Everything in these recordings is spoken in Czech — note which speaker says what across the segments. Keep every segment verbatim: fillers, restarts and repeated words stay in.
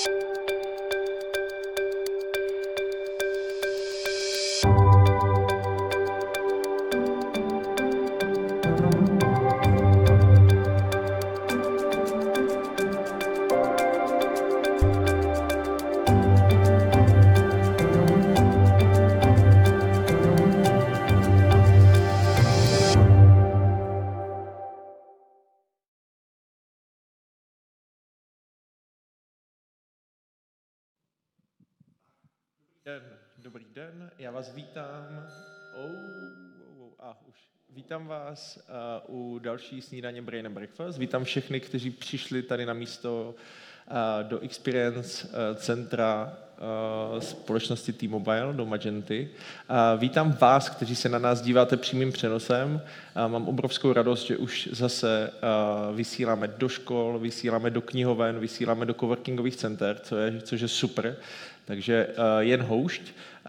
Speaker 1: Den, dobrý den, já vás vítám. Oh, oh, oh, a už. Vítám vás uh, u další snídaně Brain and Breakfast. Vítám všechny, kteří přišli tady na místo uh, do Experience uh, centra uh, společnosti T-Mobile, do Magenty. Uh, vítám vás, kteří se na nás díváte přímým přenosem. Uh, mám obrovskou radost, že už zase uh, vysíláme do škol, vysíláme do knihoven, vysíláme do coworkingových center, co je, což je super. Takže uh, jen houšť.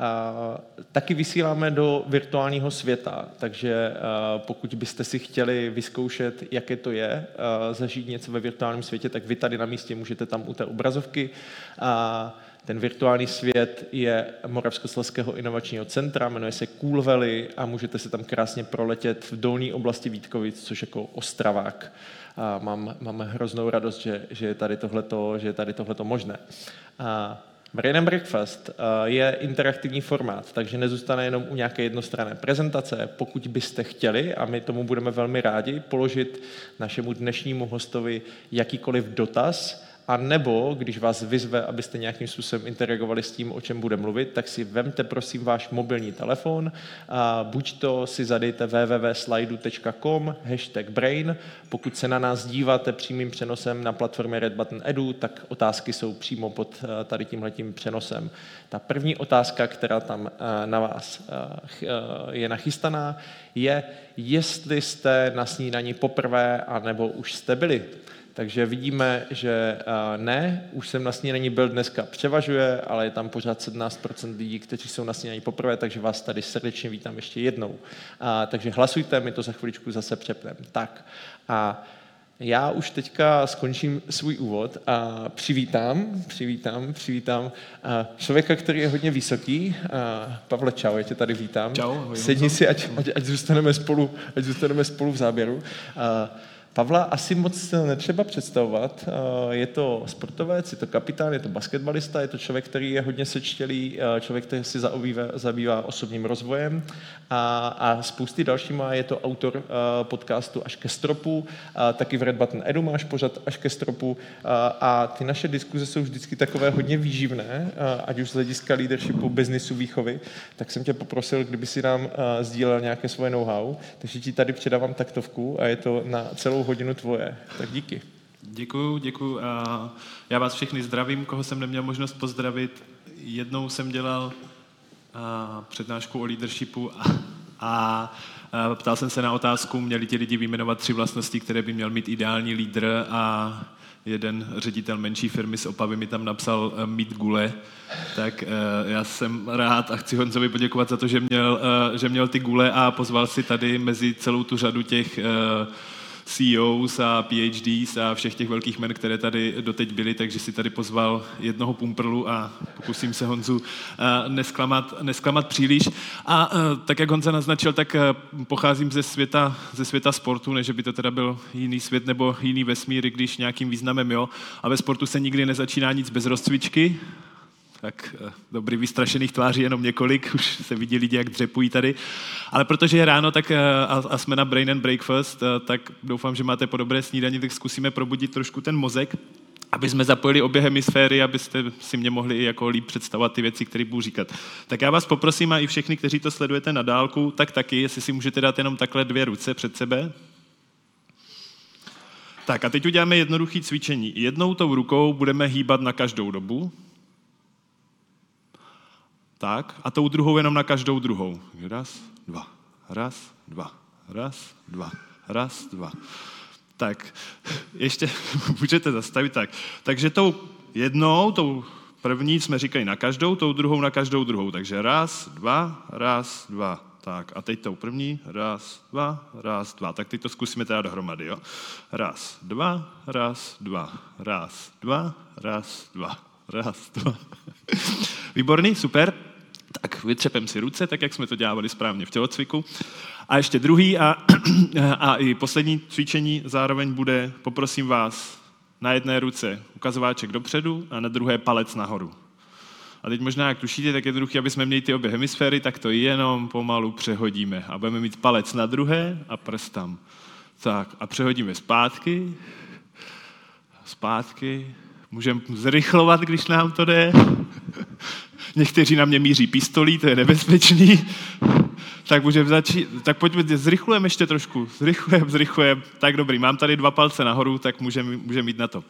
Speaker 1: Uh, taky vysíláme do virtuálního světa, takže uh, pokud byste si chtěli vyzkoušet, jaké to je, uh, zažít něco ve virtuálním světě, tak vy tady na místě můžete tam u té obrazovky. Uh, ten virtuální svět je Moravskoslezského inovačního centra, jmenuje se Cool Valley a můžete se tam krásně proletět v dolní oblasti Vítkovic, což jako Ostravák. Uh, mám, mám hroznou radost, že, že je tady tohleto, že je tady tohleto možné. Uh, Brain and Breakfast je interaktivní formát, takže nezůstane jenom u nějaké jednostranné prezentace. Pokud byste chtěli, a my tomu budeme velmi rádi, položit našemu dnešnímu hostovi jakýkoliv dotaz, a nebo když vás vyzve, abyste nějakým způsobem interagovali s tím, o čem bude mluvit, tak si vemte prosím váš mobilní telefon, a buď to si zadejte w w w tečka slido tečka com, hashtag brain, pokud se na nás díváte přímým přenosem na platformě Red Button Edu, tak otázky jsou přímo pod tady tímhletím přenosem. Ta první otázka, která tam na vás je nachystaná, je, jestli jste na snídani poprvé, anebo už jste byli. Takže vidíme, že ne, už jsem na snídani byl dneska, převažuje, ale je tam pořád sedmnáct procent lidí, kteří jsou na snídani poprvé, takže vás tady srdečně vítám ještě jednou. A, takže hlasujte, my to za chviličku zase přepneme. Tak a já už teďka skončím svůj úvod a přivítám, přivítám, přivítám člověka, který je hodně vysoký. Pavle, čau, já tě tady vítám.
Speaker 2: Čau. Ahoj,
Speaker 1: sedni si, ať, ať, ať, zůstaneme spolu, ať zůstaneme spolu v záběru. Pavla asi moc netřeba představovat. Je to sportovec, je to kapitán, je to basketbalista, je to člověk, který je hodně sečtělý, člověk, který si zabývá, zabývá osobním rozvojem a, a spousty dalšíma. Je to autor podcastu Až ke stropu, taky v Red Button Edu máš pořad Až ke stropu a ty naše diskuze jsou vždycky takové hodně výživné, ať už z hlediska leadershipu, biznisu, výchovy, tak jsem tě poprosil, kdyby si nám sdílel nějaké svoje know-how, takže ti tady předávám taktovku a je to na celou hodinu tvoje. Tak díky.
Speaker 2: Děkuju, děkuju. A já vás všechny zdravím, koho jsem neměl možnost pozdravit. Jednou jsem dělal a, přednášku o leadershipu a, a, a ptal jsem se na otázku, měli ti lidi vyjmenovat tři vlastnosti, které by měl mít ideální lídr a jeden ředitel menší firmy z Opavy mi tam napsal uh, mít gule, tak uh, já jsem rád a chci Honzovi poděkovat za to, že měl, uh, že měl ty gule a pozval si tady mezi celou tu řadu těch uh, C E Os a P H Ds a všech těch velkých men, které tady doteď byly, takže si tady pozval jednoho pumprlu a pokusím se Honzu uh, nesklamat, nesklamat příliš. A uh, tak, jak Honza naznačil, tak uh, pocházím ze světa, ze světa sportu, ne, že by to teda byl jiný svět nebo jiný vesmír, i když nějakým významem jo. A ve sportu se nikdy nezačíná nic bez rozcvičky. Tak dobrý, vystrašených tváří jenom několik, už se vidí lidi, jak dřepují tady. Ale protože je ráno tak, a, a jsme na Brain and Breakfast, tak doufám, že máte po dobré snídani, tak zkusíme probudit trošku ten mozek, aby jsme zapojili obě hemisféry, abyste si mě mohli i jako líp představovat ty věci, které budu říkat. Tak já vás poprosím, a i všechny, kteří to sledujete na dálku, tak taky, jestli si můžete dát jenom takhle dvě ruce před sebe. Tak a teď uděláme jednoduché cvičení. Jednou tou rukou budeme hýbat na každou dobu. Tak, a tou druhou jenom na každou druhou. Raz, dva, raz, dva, raz, dva, raz, dva. Tak, ještě můžete zastavit tak. Takže tou jednou, tou první jsme říkali na každou, tou druhou na každou druhou. Takže raz, dva, raz, dva. Tak, a teď tou první, raz, dva, raz, dva. Tak teď to zkusíme teda dohromady, jo. Raz, dva, raz, dva, raz, dva, raz, dva. Raz, dva. Výborný, super. Tak vytřepem si ruce, tak jak jsme to dělali správně v tělocviku. A ještě druhý a, a i poslední cvičení zároveň bude, poprosím vás, na jedné ruce ukazováček dopředu a na druhé palec nahoru. A teď možná, jak tušíte, tak je jednoduché, aby jsme měli ty obě hemisféry, tak to jenom pomalu přehodíme. A budeme mít palec na druhé a prst tam. Tak a přehodíme zpátky, zpátky. Můžeme zrychlovat, když nám to jde. Někteří na mě míří pistolí, to je nebezpečný. Tak můžeme začít, tak pojďme, zrychlujeme ještě trošku. Zrychlujeme, zrychlujeme. Tak dobrý, mám tady dva palce nahoru, tak můžeme můžem jít na to.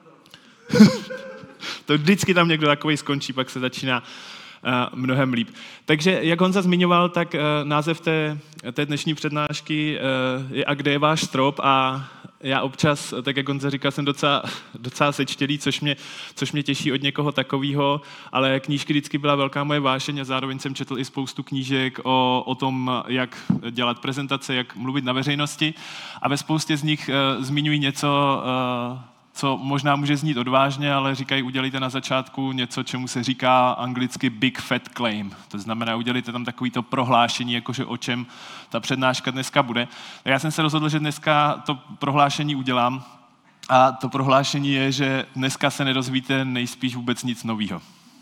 Speaker 2: To vždycky tam někdo takovej skončí, pak se začíná uh, mnohem líp. Takže, jak Honza zmiňoval, tak uh, název té, té dnešní přednášky uh, je A kde je váš strop? A já občas, tak jak Honza říkal, jsem docela, docela sečtělý, což mě, což mě těší od někoho takového, ale knížky vždycky byla velká moje vášeň a zároveň jsem četl i spoustu knížek o, o tom, jak dělat prezentace, jak mluvit na veřejnosti a ve spoustě z nich uh, zmiňují něco, uh, co možná může znít odvážně, ale říkají, udělejte na začátku něco, čemu se říká anglicky big fat claim. To znamená, udělejte tam takovýto prohlášení, jakože o čem ta přednáška dneska bude. Tak já jsem se rozhodl, že dneska to prohlášení udělám. A to prohlášení je, že dneska se nedozvíte nejspíš vůbec nic nového.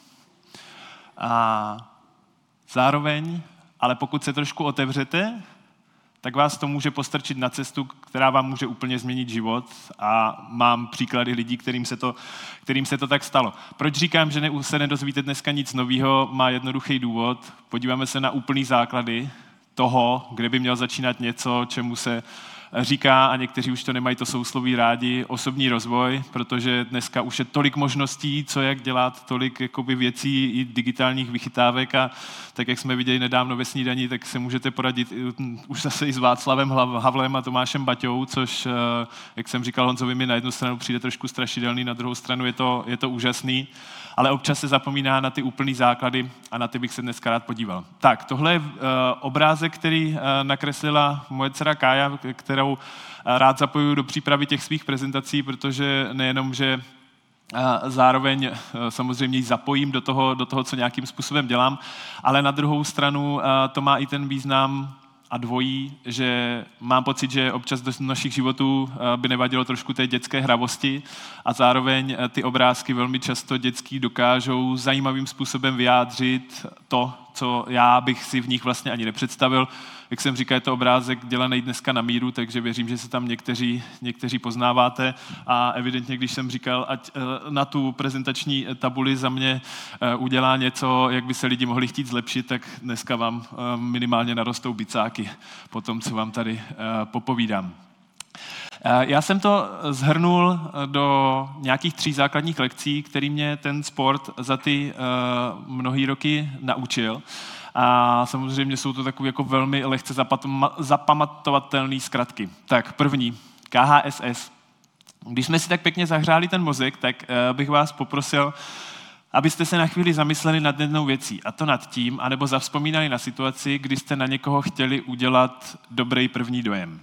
Speaker 2: A zároveň, ale pokud se trošku otevřete, tak vás to může postrčit na cestu, která vám může úplně změnit život a mám příklady lidí, kterým se to, kterým se to tak stalo. Proč říkám, že ne, se nedozvíte dneska nic nového, má jednoduchý důvod. Podíváme se na úplný základy toho, kde by měl začínat něco, čemu se říká, a někteří už to nemají to sousloví rádi, osobní rozvoj, protože dneska už je tolik možností, co jak dělat, tolik jakoby věcí i digitálních vychytávek a tak, jak jsme viděli nedávno ve snídani, tak se můžete poradit už zase i s Václavem Havlem a Tomášem Baťou, což, jak jsem říkal Honzovi, mi na jednu stranu přijde trošku strašidelný, na druhou stranu je to, je to úžasný, ale občas se zapomíná na ty úplný základy a na ty bych se dneska rád podíval. Tak, tohle je uh, obrázek, který uh, nakreslila moje dcera Kája, kterou uh, rád zapojuju do přípravy těch svých prezentací, protože nejenom, že uh, zároveň uh, samozřejmě ji zapojím do toho, do toho, co nějakým způsobem dělám, ale na druhou stranu uh, to má i ten význam a dvojí, že mám pocit, že občas do našich životů by nevadilo trošku té dětské hravosti a zároveň ty obrázky velmi často dětský dokážou zajímavým způsobem vyjádřit to, co já bych si v nich vlastně ani nepředstavil. Jak jsem říkal, je to obrázek dělaný dneska na míru, takže věřím, že se tam někteří, někteří poznáváte a evidentně, když jsem říkal, ať na tu prezentační tabuli za mě udělá něco, jak by se lidi mohli chtít zlepšit, tak dneska vám minimálně narostou bicáky po tom, co vám tady popovídám. Já jsem to zhrnul do nějakých tří základních lekcí, který mě ten sport za ty mnohý roky naučil. A samozřejmě jsou to takové jako velmi lehce zapamatovatelné zkratky. Tak první, K H S S. Když jsme si tak pěkně zahřáli ten mozek, tak bych vás poprosil, abyste se na chvíli zamysleli nad jednou věcí, a to nad tím, anebo zavzpomínali na situaci, kdy jste na někoho chtěli udělat dobrý první dojem.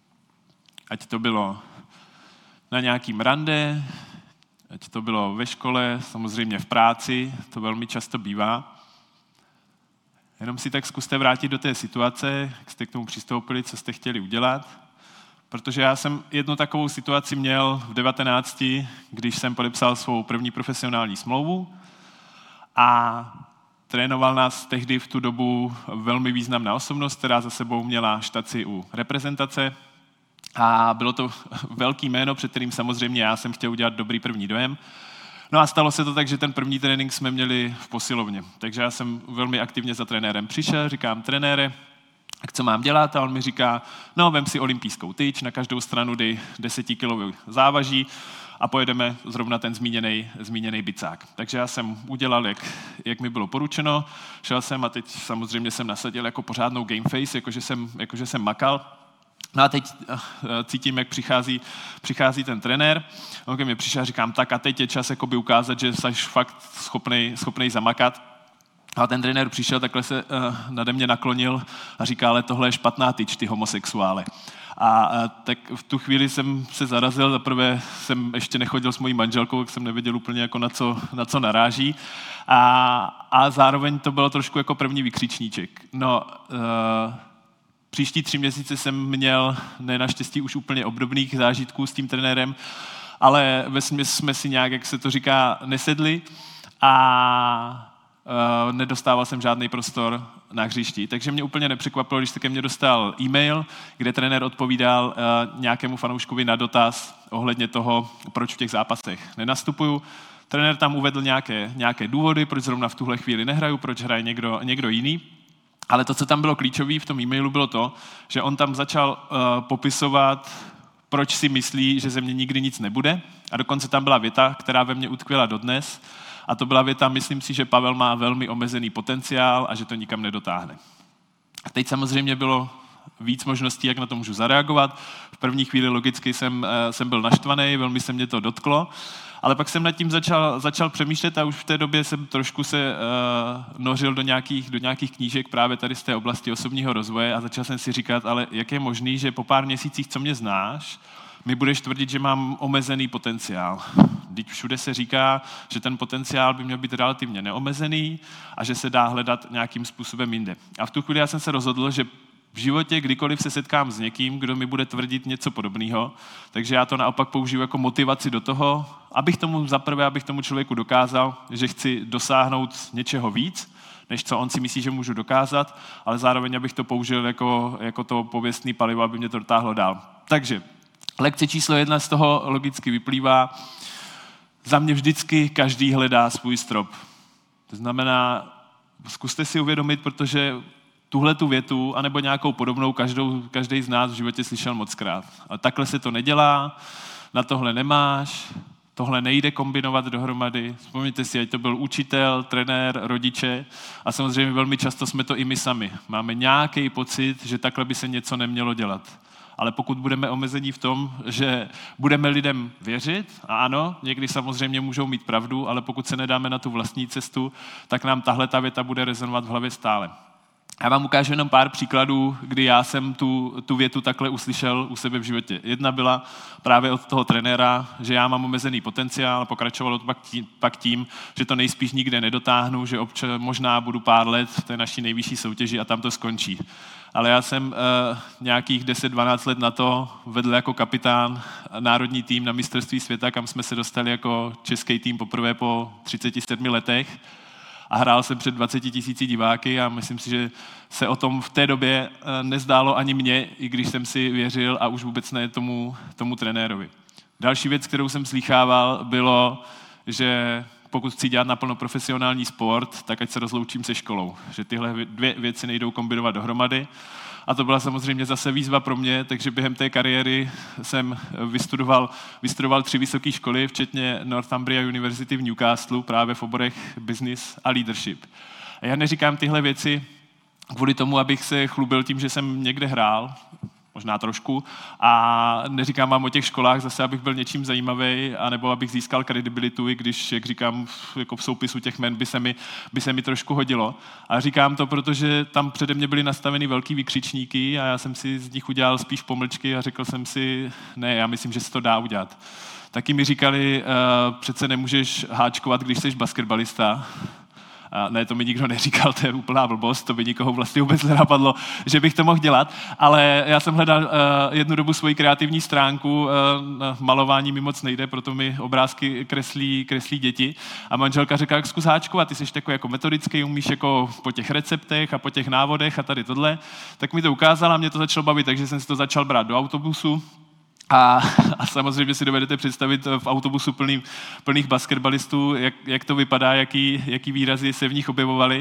Speaker 2: Ať to bylo na nějakým rande, ať to bylo ve škole, samozřejmě v práci, to velmi často bývá. Jenom si tak zkuste vrátit do té situace, jak jste k tomu přistoupili, co jste chtěli udělat. Protože já jsem jednu takovou situaci měl v devatenácti, když jsem podepsal svou první profesionální smlouvu a trénoval nás tehdy v tu dobu velmi významná osobnost, která za sebou měla štaci u reprezentace a bylo to velký jméno, před kterým samozřejmě já jsem chtěl udělat dobrý první dojem. No a stalo se to tak, že ten první trénink jsme měli v posilovně. Takže já jsem velmi aktivně za trenérem přišel, říkám, trenére, tak co mám dělat? A on mi říká, no vem si olympijskou tyč, na každou stranu dej desetikilový závaží a pojedeme zrovna ten zmíněný, zmíněný bicák. Takže já jsem udělal, jak, jak mi bylo poručeno, šel jsem a teď samozřejmě jsem nasadil jako pořádnou game face, jakože jsem, jakože jsem makal. No a teď cítím, jak přichází, přichází ten trenér. On ke mně přišel a říkám, tak a teď je čas jakoby ukázat, že jsi fakt schopnej, schopnej zamakat. A ten trenér přišel, takhle se uh, nade mě naklonil a říká, ale tohle je špatná tyč, ty homosexuále. A, a tak v tu chvíli jsem se zarazil, zaprvé jsem ještě nechodil s mojí manželkou, tak jsem nevěděl úplně jako na co, na co naráží. A, a zároveň to bylo trošku jako první vykřičníček. No, uh, příští tři měsíce jsem měl, ne naštěstí už úplně obdobných zážitků s tím trenérem, ale vesměs jsme si nějak, jak se to říká, nesedli a uh, nedostával jsem žádný prostor na hřišti. Takže mě úplně nepřekvapilo, když se ke mně dostal e-mail, kde trenér odpovídal uh, nějakému fanouškovi na dotaz ohledně toho, proč v těch zápasech nenastupuju. Trenér tam uvedl nějaké, nějaké důvody, proč zrovna v tuhle chvíli nehraju, proč hraje někdo, někdo jiný. Ale to, co tam bylo klíčové v tom e-mailu, bylo to, že on tam začal uh, popisovat, proč si myslí, že ze mě nikdy nic nebude. A dokonce tam byla věta, která ve mně utkvěla dodnes. A to byla věta, myslím si, že Pavel má velmi omezený potenciál a že to nikam nedotáhne. A teď samozřejmě bylo víc možností, jak na to můžu zareagovat. V první chvíli logicky jsem, uh, jsem byl naštvaný, velmi se mě to dotklo. Ale pak jsem nad tím začal, začal přemýšlet a už v té době jsem trošku se uh, nořil do nějakých, do nějakých knížek právě tady z té oblasti osobního rozvoje a začal jsem si říkat, ale jak je možný, že po pár měsících, co mě znáš, mi budeš tvrdit, že mám omezený potenciál. Vždyť všude se říká, že ten potenciál by měl být relativně neomezený a že se dá hledat nějakým způsobem jinde. A v tu chvíli já jsem se rozhodl, že v životě, kdykoliv se setkám s někým, kdo mi bude tvrdit něco podobného, takže já to naopak použiju jako motivaci do toho, abych tomu zaprvé, abych tomu člověku dokázal, že chci dosáhnout něčeho víc, než co on si myslí, že můžu dokázat, ale zároveň abych to použil jako, jako to pověstný palivo, aby mě to dotáhlo dál. Takže lekce číslo jedna z toho logicky vyplývá, za mě vždycky každý hledá svůj strop. To znamená, zkuste si uvědomit, protože tuhle tu větu, anebo nějakou podobnou, každou, každý z nás v životě slyšel mockrát. Ale takhle se to nedělá, na tohle nemáš, tohle nejde kombinovat dohromady. Vzpomněte si, ať to byl učitel, trenér, rodiče a samozřejmě velmi často jsme to i my sami. Máme nějaký pocit, že takhle by se něco nemělo dělat. Ale pokud budeme omezení v tom, že budeme lidem věřit, a ano, někdy samozřejmě můžou mít pravdu, ale pokud se nedáme na tu vlastní cestu, tak nám tahle ta věta bude rezonovat v hlavě stále. Já vám ukážu jenom pár příkladů, kdy já jsem tu, tu větu takhle uslyšel u sebe v životě. Jedna byla právě od toho trenéra, že já mám omezený potenciál a pokračovalo to pak tím, pak tím, že to nejspíš nikde nedotáhnu, že občas možná budu pár let v té naší nejvyšší soutěži a tam to skončí. Ale já jsem uh, nějakých deset dvanáct let na to vedl jako kapitán národní tým na mistrovství světa, kam jsme se dostali jako český tým poprvé po třiceti sedmi letech. A hrál jsem před dvaceti tisíci diváky a myslím si, že se o tom v té době nezdálo ani mně, i když jsem si věřil a už vůbec ne tomu, tomu trenérovi. Další věc, kterou jsem slýchával, bylo, že pokud chci dělat naplno profesionální sport, tak ať se rozloučím se školou. Že tyhle dvě věci nejdou kombinovat dohromady. A to byla samozřejmě zase výzva pro mě, takže během té kariéry jsem vystudoval, vystudoval tři vysoké školy, včetně Northumbria University v Newcastle, právě v oborech business a leadership. A já neříkám tyhle věci kvůli tomu, abych se chlubil tím, že jsem někde hrál, možná trošku, a neříkám vám o těch školách zase, abych byl něčím zajímavý, anebo abych získal kredibilitu, i když, jak říkám, jako v soupisu těch jmen by se mi, by se mi trošku hodilo. A říkám to, protože tam přede mě byly nastaveny velký vykřičníky a já jsem si z nich udělal spíš pomlčky a řekl jsem si, ne, já myslím, že se to dá udělat. Taky mi říkali, uh, přece nemůžeš háčkovat, když jsi basketbalista. A ne, to mi nikdo neříkal, to je úplná blbost, to by nikoho vlastně vůbec nenapadlo, že bych to mohl dělat, ale já jsem hledal uh, jednu dobu svoji kreativní stránku, uh, malování mi moc nejde, proto mi obrázky kreslí, kreslí děti a manželka řekla, jak zkus háčkovat, ty jsi takový jako metodický, umíš jako po těch receptech a po těch návodech a tady tohle, tak mi to ukázala, mě to začalo bavit, takže jsem si to začal brát do autobusu. A, a samozřejmě si dovedete představit v autobusu plný, plných basketbalistů, jak, jak to vypadá, jaký, jaký výrazy se v nich objevovaly.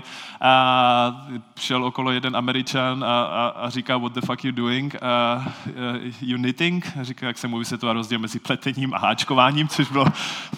Speaker 2: A šel okolo jeden Američan a, a, a říká, what the fuck you doing? A, uh, you knitting? A říká, jak se mu vysvětlila rozdíl mezi pletením a háčkováním, což bylo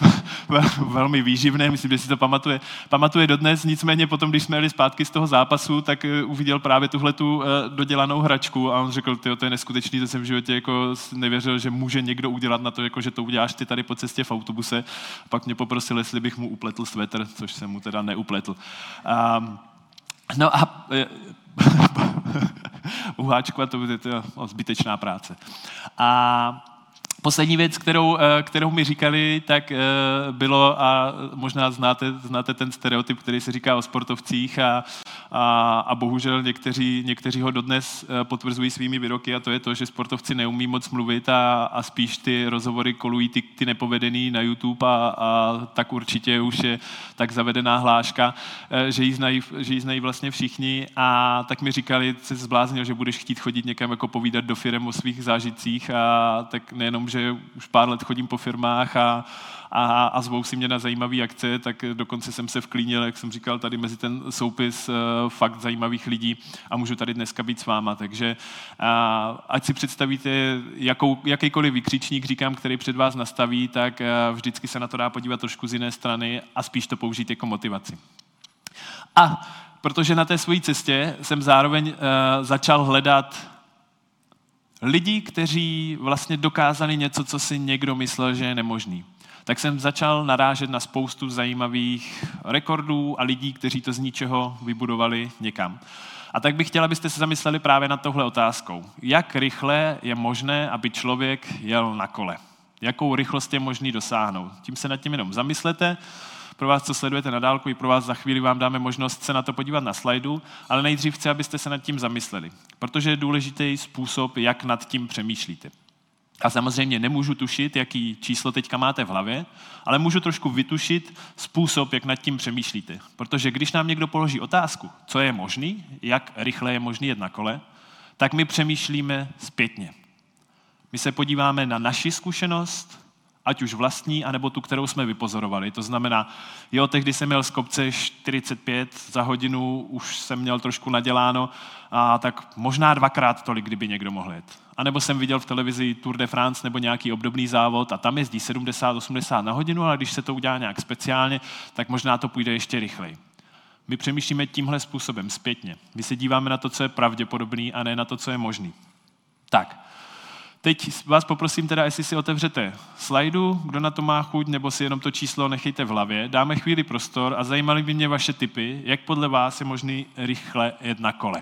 Speaker 2: velmi výživné, myslím, že si to pamatuje, pamatuje dodnes. Nicméně potom, když jsme jeli zpátky z toho zápasu, tak uviděl právě tuhletu uh, dodělanou hračku a on řekl, tyjo, to je neskutečný, to jsem v životě jako nevěřil, že může někdo udělat na to, jako že to uděláš ty tady po cestě v autobuse. Pak mě poprosil, jestli bych mu upletl svetr, což jsem mu teda neupletl. Um, no a uháčkovat, to bude to zbytečná práce. A poslední věc, kterou, kterou mi říkali, tak bylo, a možná znáte, znáte ten stereotyp, který se říká o sportovcích a, a, a bohužel někteří, někteří ho dodnes potvrzují svými výroky a to je to, že sportovci neumí moc mluvit a, a spíš ty rozhovory kolují ty, ty nepovedený na YouTube a, a tak určitě už je tak zavedená hláška, že ji znají, že ji znají vlastně všichni a tak mi říkali, se zbláznil, že budeš chtít chodit někam jako povídat do firem o svých zážitcích a tak nejenom že už pár let chodím po firmách a, a, a zvou si mě na zajímavé akce, tak dokonce jsem se vklínil, jak jsem říkal, tady mezi ten soupis uh, fakt zajímavých lidí a můžu tady dneska být s váma. Takže uh, ať si představíte jakou, jakýkoliv vykřičník, říkám, který před vás nastaví, tak uh, vždycky se na to dá podívat trošku z jiné strany a spíš to použít jako motivaci. A protože na té své cestě jsem zároveň uh, začal hledat lidi, kteří vlastně dokázali něco, co si někdo myslel, že je nemožný. Tak jsem začal narážet na spoustu zajímavých rekordů a lidí, kteří to z ničeho vybudovali někam. A tak bych chtěl, abyste se zamysleli právě nad touhle otázkou. Jak rychle je možné, aby člověk jel na kole? Jakou rychlost je možný dosáhnout? Tím se nad tím jenom zamyslete. Pro vás, co sledujete na dálku, i pro vás za chvíli vám dáme možnost se na to podívat na slajdu, ale nejdřív chci, abyste se nad tím zamysleli, protože je důležitý způsob, jak nad tím přemýšlíte. A samozřejmě nemůžu tušit, jaký číslo teďka máte v hlavě, ale můžu trošku vytušit způsob, jak nad tím přemýšlíte. Protože když nám někdo položí otázku, co je možný, jak rychle je možný jet na kole, tak my přemýšlíme zpětně. My se podíváme na naši zkušenost, ať už vlastní, anebo tu, kterou jsme vypozorovali. To znamená, jo, tehdy jsem měl z kopce čtyřicet pět za hodinu, už jsem měl trošku naděláno, a tak možná dvakrát tolik, kdyby někdo mohl jet. A nebo jsem viděl v televizi Tour de France nebo nějaký obdobný závod a tam jezdí sedmdesát osmdesát na hodinu, ale když se to udělá nějak speciálně, tak možná to půjde ještě rychleji. My přemýšlíme tímhle způsobem zpětně. My se díváme na to, co je pravděpodobný a ne na to, co je možný. Tak. Teď vás poprosím teda, jestli si otevřete slajdu, kdo na to má chuť, nebo si jenom to číslo nechejte v hlavě. Dáme chvíli prostor a zajímaly by mě vaše tipy, jak podle vás je možný rychle jet na kole.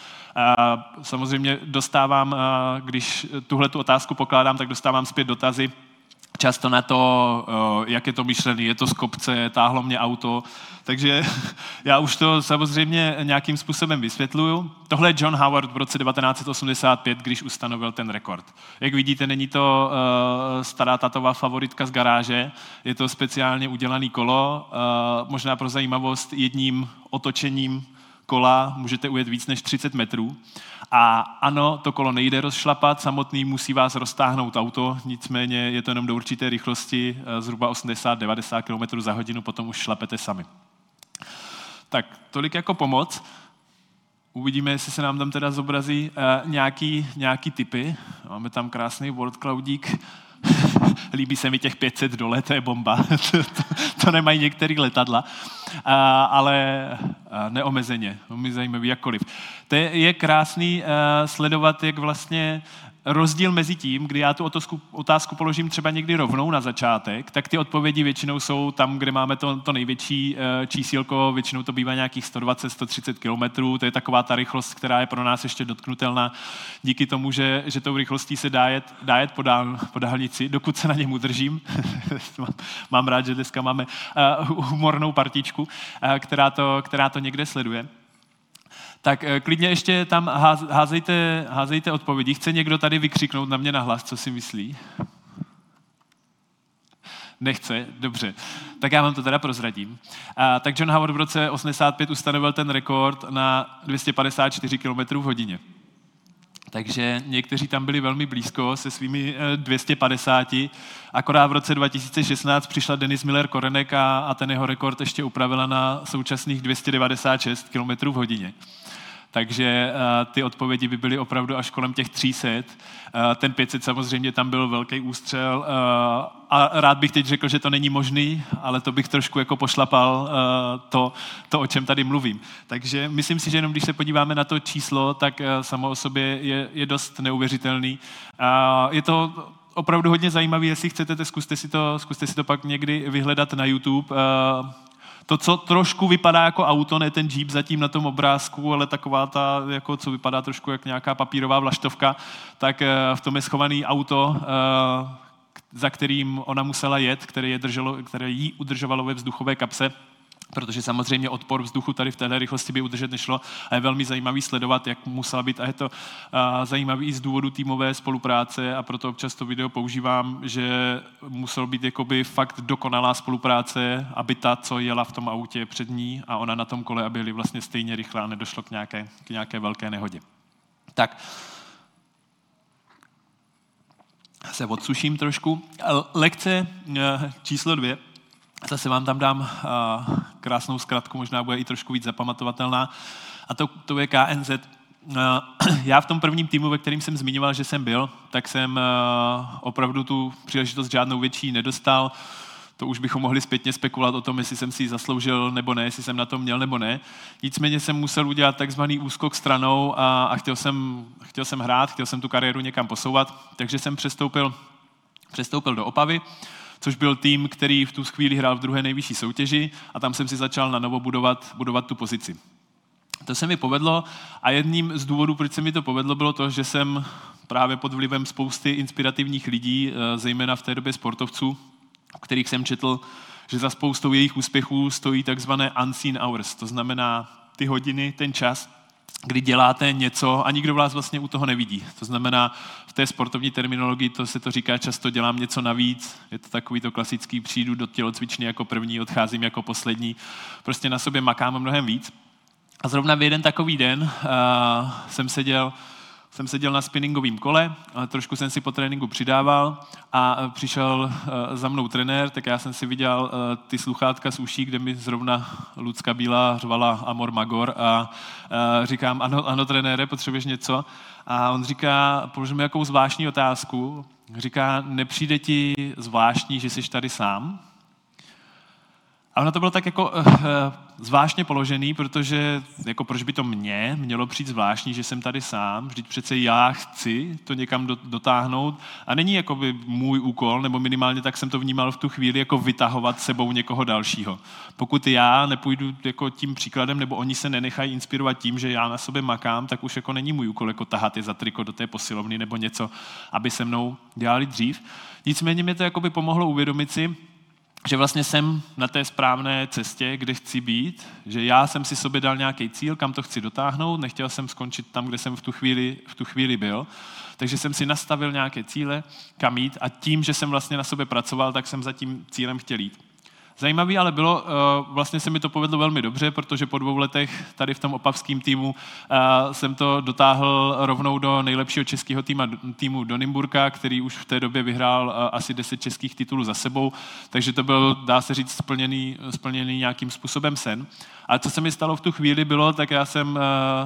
Speaker 2: A samozřejmě dostávám, když tuhle tu otázku pokládám, tak dostávám zpět dotazy, často na to, jak je to myšlený, je to z kopce, táhlo mě auto, takže já už to samozřejmě nějakým způsobem vysvětluju. Tohle je John Howard v roce devatenáct set osmdesát pět, když ustanovil ten rekord. Jak vidíte, není to uh, stará tatová favoritka z garáže, je to speciálně udělaný kolo, uh, možná pro zajímavost jedním otočením kola můžete ujet víc než třicet metrů. A ano, to kolo nejde rozšlapat, samotný musí vás roztáhnout auto, nicméně je to jenom do určité rychlosti, zhruba osmdesát až devadesát kilometrů za hodinu, potom už šlapete sami. Tak, tolik jako pomoc. Uvidíme, jestli se nám tam teda zobrazí uh, nějaký, nějaký typy. Máme tam krásný word cloudík. Líbí se mi těch pět set dole, to je bomba. to, to, to nemají některý letadla, uh, ale uh, neomezeně, mi zajímavý jakkoliv. To je, je krásný uh, sledovat, jak vlastně rozdíl mezi tím, kdy já tu otázku, otázku položím třeba někdy rovnou na začátek, tak ty odpovědi většinou jsou tam, kde máme to, to největší uh, čísílko, většinou to bývá nějakých sto dvacet až sto třicet kilometrů, to je taková ta rychlost, která je pro nás ještě dotknutelná díky tomu, že, že tou rychlostí se dá jet, dá jet po, dál, po dálnici, dokud se na něm udržím. Mám rád, že dneska máme uh, humornou partičku, uh, která, to, která to někde sleduje. Tak klidně ještě tam házejte, házejte odpovědi. Chce někdo tady vykřiknout na mě nahlas, co si myslí? Nechce? Dobře. Tak já vám to teda prozradím. A, tak John Howard v roce osmdesát pět ustanovil ten rekord na dvě stě padesát čtyři kilometrů v hodině. Takže někteří tam byli velmi blízko se svými dvě stě padesáti. Akorát v roce dva tisíce šestnáct přišla Dennis Miller Korenek a, a ten jeho rekord ještě upravila na současných dvě stě devadesát šest kilometrů v hodině. Takže uh, ty odpovědi by byly opravdu až kolem těch tři sta. Uh, ten pět set samozřejmě tam byl velký ústřel uh, a rád bych teď řekl, že to není možný, ale to bych trošku jako pošlapal uh, to, to, o čem tady mluvím. Takže myslím si, že jenom když se podíváme na to číslo, tak uh, samo o sobě je, je dost neuvěřitelný. Uh, je to opravdu hodně zajímavé, jestli chcete, zkuste si to, zkuste si to pak někdy vyhledat na YouTube. Uh, to, co trošku vypadá jako auto, ne ten Jeep zatím na tom obrázku, ale taková ta, jako, co vypadá trošku jak nějaká papírová vlaštovka, tak v tom je schovaný auto, za kterým ona musela jet, které, je drželo, které jí udržovalo ve vzduchové kapse, protože samozřejmě odpor vzduchu tady v téhle rychlosti by udržet nešlo a je velmi zajímavý sledovat, jak musela být, a je to a, zajímavý i z důvodu týmové spolupráce a proto občas to video používám, že muselo být jakoby fakt dokonalá spolupráce, aby ta, co jela v tom autě před ní a ona na tom kole, aby jeli vlastně stejně rychle a nedošlo k nějaké, k nějaké velké nehodě. Tak, se odsuším trošku. Lekce číslo dvě. Zase vám tam dám uh, krásnou zkratku, možná bude i trošku víc zapamatovatelná. A to, to je K N Z. Uh, já v tom prvním týmu, ve kterým jsem zmiňoval, že jsem byl, tak jsem uh, opravdu tu příležitost žádnou větší nedostal. To už bychom mohli zpětně spekulovat o tom, jestli jsem si ji zasloužil nebo ne, jestli jsem na to měl nebo ne. Nicméně jsem musel udělat takzvaný úskok stranou a, a chtěl, jsem, chtěl jsem hrát, chtěl jsem tu kariéru někam posouvat, takže jsem přestoupil, přestoupil do Opavy, což byl tým, který v tu chvíli hrál v druhé nejvyšší soutěži a tam jsem si začal na novo budovat, budovat tu pozici. To se mi povedlo a jedním z důvodů, proč se mi to povedlo, bylo to, že jsem právě pod vlivem spousty inspirativních lidí, zejména v té době sportovců, o kterých jsem četl, že za spoustou jejich úspěchů stojí takzvané unseen hours, to znamená ty hodiny, ten čas, kdy děláte něco a nikdo vás vlastně u toho nevidí. To znamená, v té sportovní terminologii to se to říká často, dělám něco navíc, je to takový to klasický, přijdu do tělocvičny jako první, odcházím jako poslední, prostě na sobě makám mnohem víc. A zrovna v jeden takový den uh, jsem seděl Jsem seděl na spinningovém kole, ale trošku jsem si po tréninku přidával a přišel za mnou trenér, tak já jsem si viděl ty sluchátka z uší, kde mi zrovna Lucka Bílá řvala Amor Magor a říkám, ano, ano trenére, potřebuješ něco? A on říká, položil mi jakou zvláštní otázku, říká, nepřijde ti zvláštní, že jsi tady sám? A ono to bylo tak jako uh, zvláštně položený, protože jako proč by to mě mělo přijít zvláštní, že jsem tady sám, vždyť přece já chci to někam do, dotáhnout a není jakoby můj úkol, nebo minimálně tak jsem to vnímal v tu chvíli, jako vytahovat sebou někoho dalšího. Pokud já nepůjdu jako tím příkladem, nebo oni se nenechají inspirovat tím, že já na sobě makám, tak už jako není můj úkol jako tahat je za triko do té posilovny nebo něco, aby se mnou dělali dřív. Nicméně mě to jakoby pomohlo uvědomit si, že vlastně jsem na té správné cestě, kde chci být, že já jsem si sobě dal nějaký cíl, kam to chci dotáhnout, nechtěl jsem skončit tam, kde jsem v tu chvíli, v tu chvíli byl, takže jsem si nastavil nějaké cíle, kam jít a tím, že jsem vlastně na sobě pracoval, tak jsem za tím cílem chtěl jít. Zajímavý ale bylo, vlastně se mi to povedlo velmi dobře, protože po dvou letech tady v tom opavském týmu jsem to dotáhl rovnou do nejlepšího českého týma, týmu do Nymburka, který už v té době vyhrál asi deset českých titulů za sebou, takže to byl, dá se říct, splněný, splněný nějakým způsobem sen. A co se mi stalo v tu chvíli bylo, tak já jsem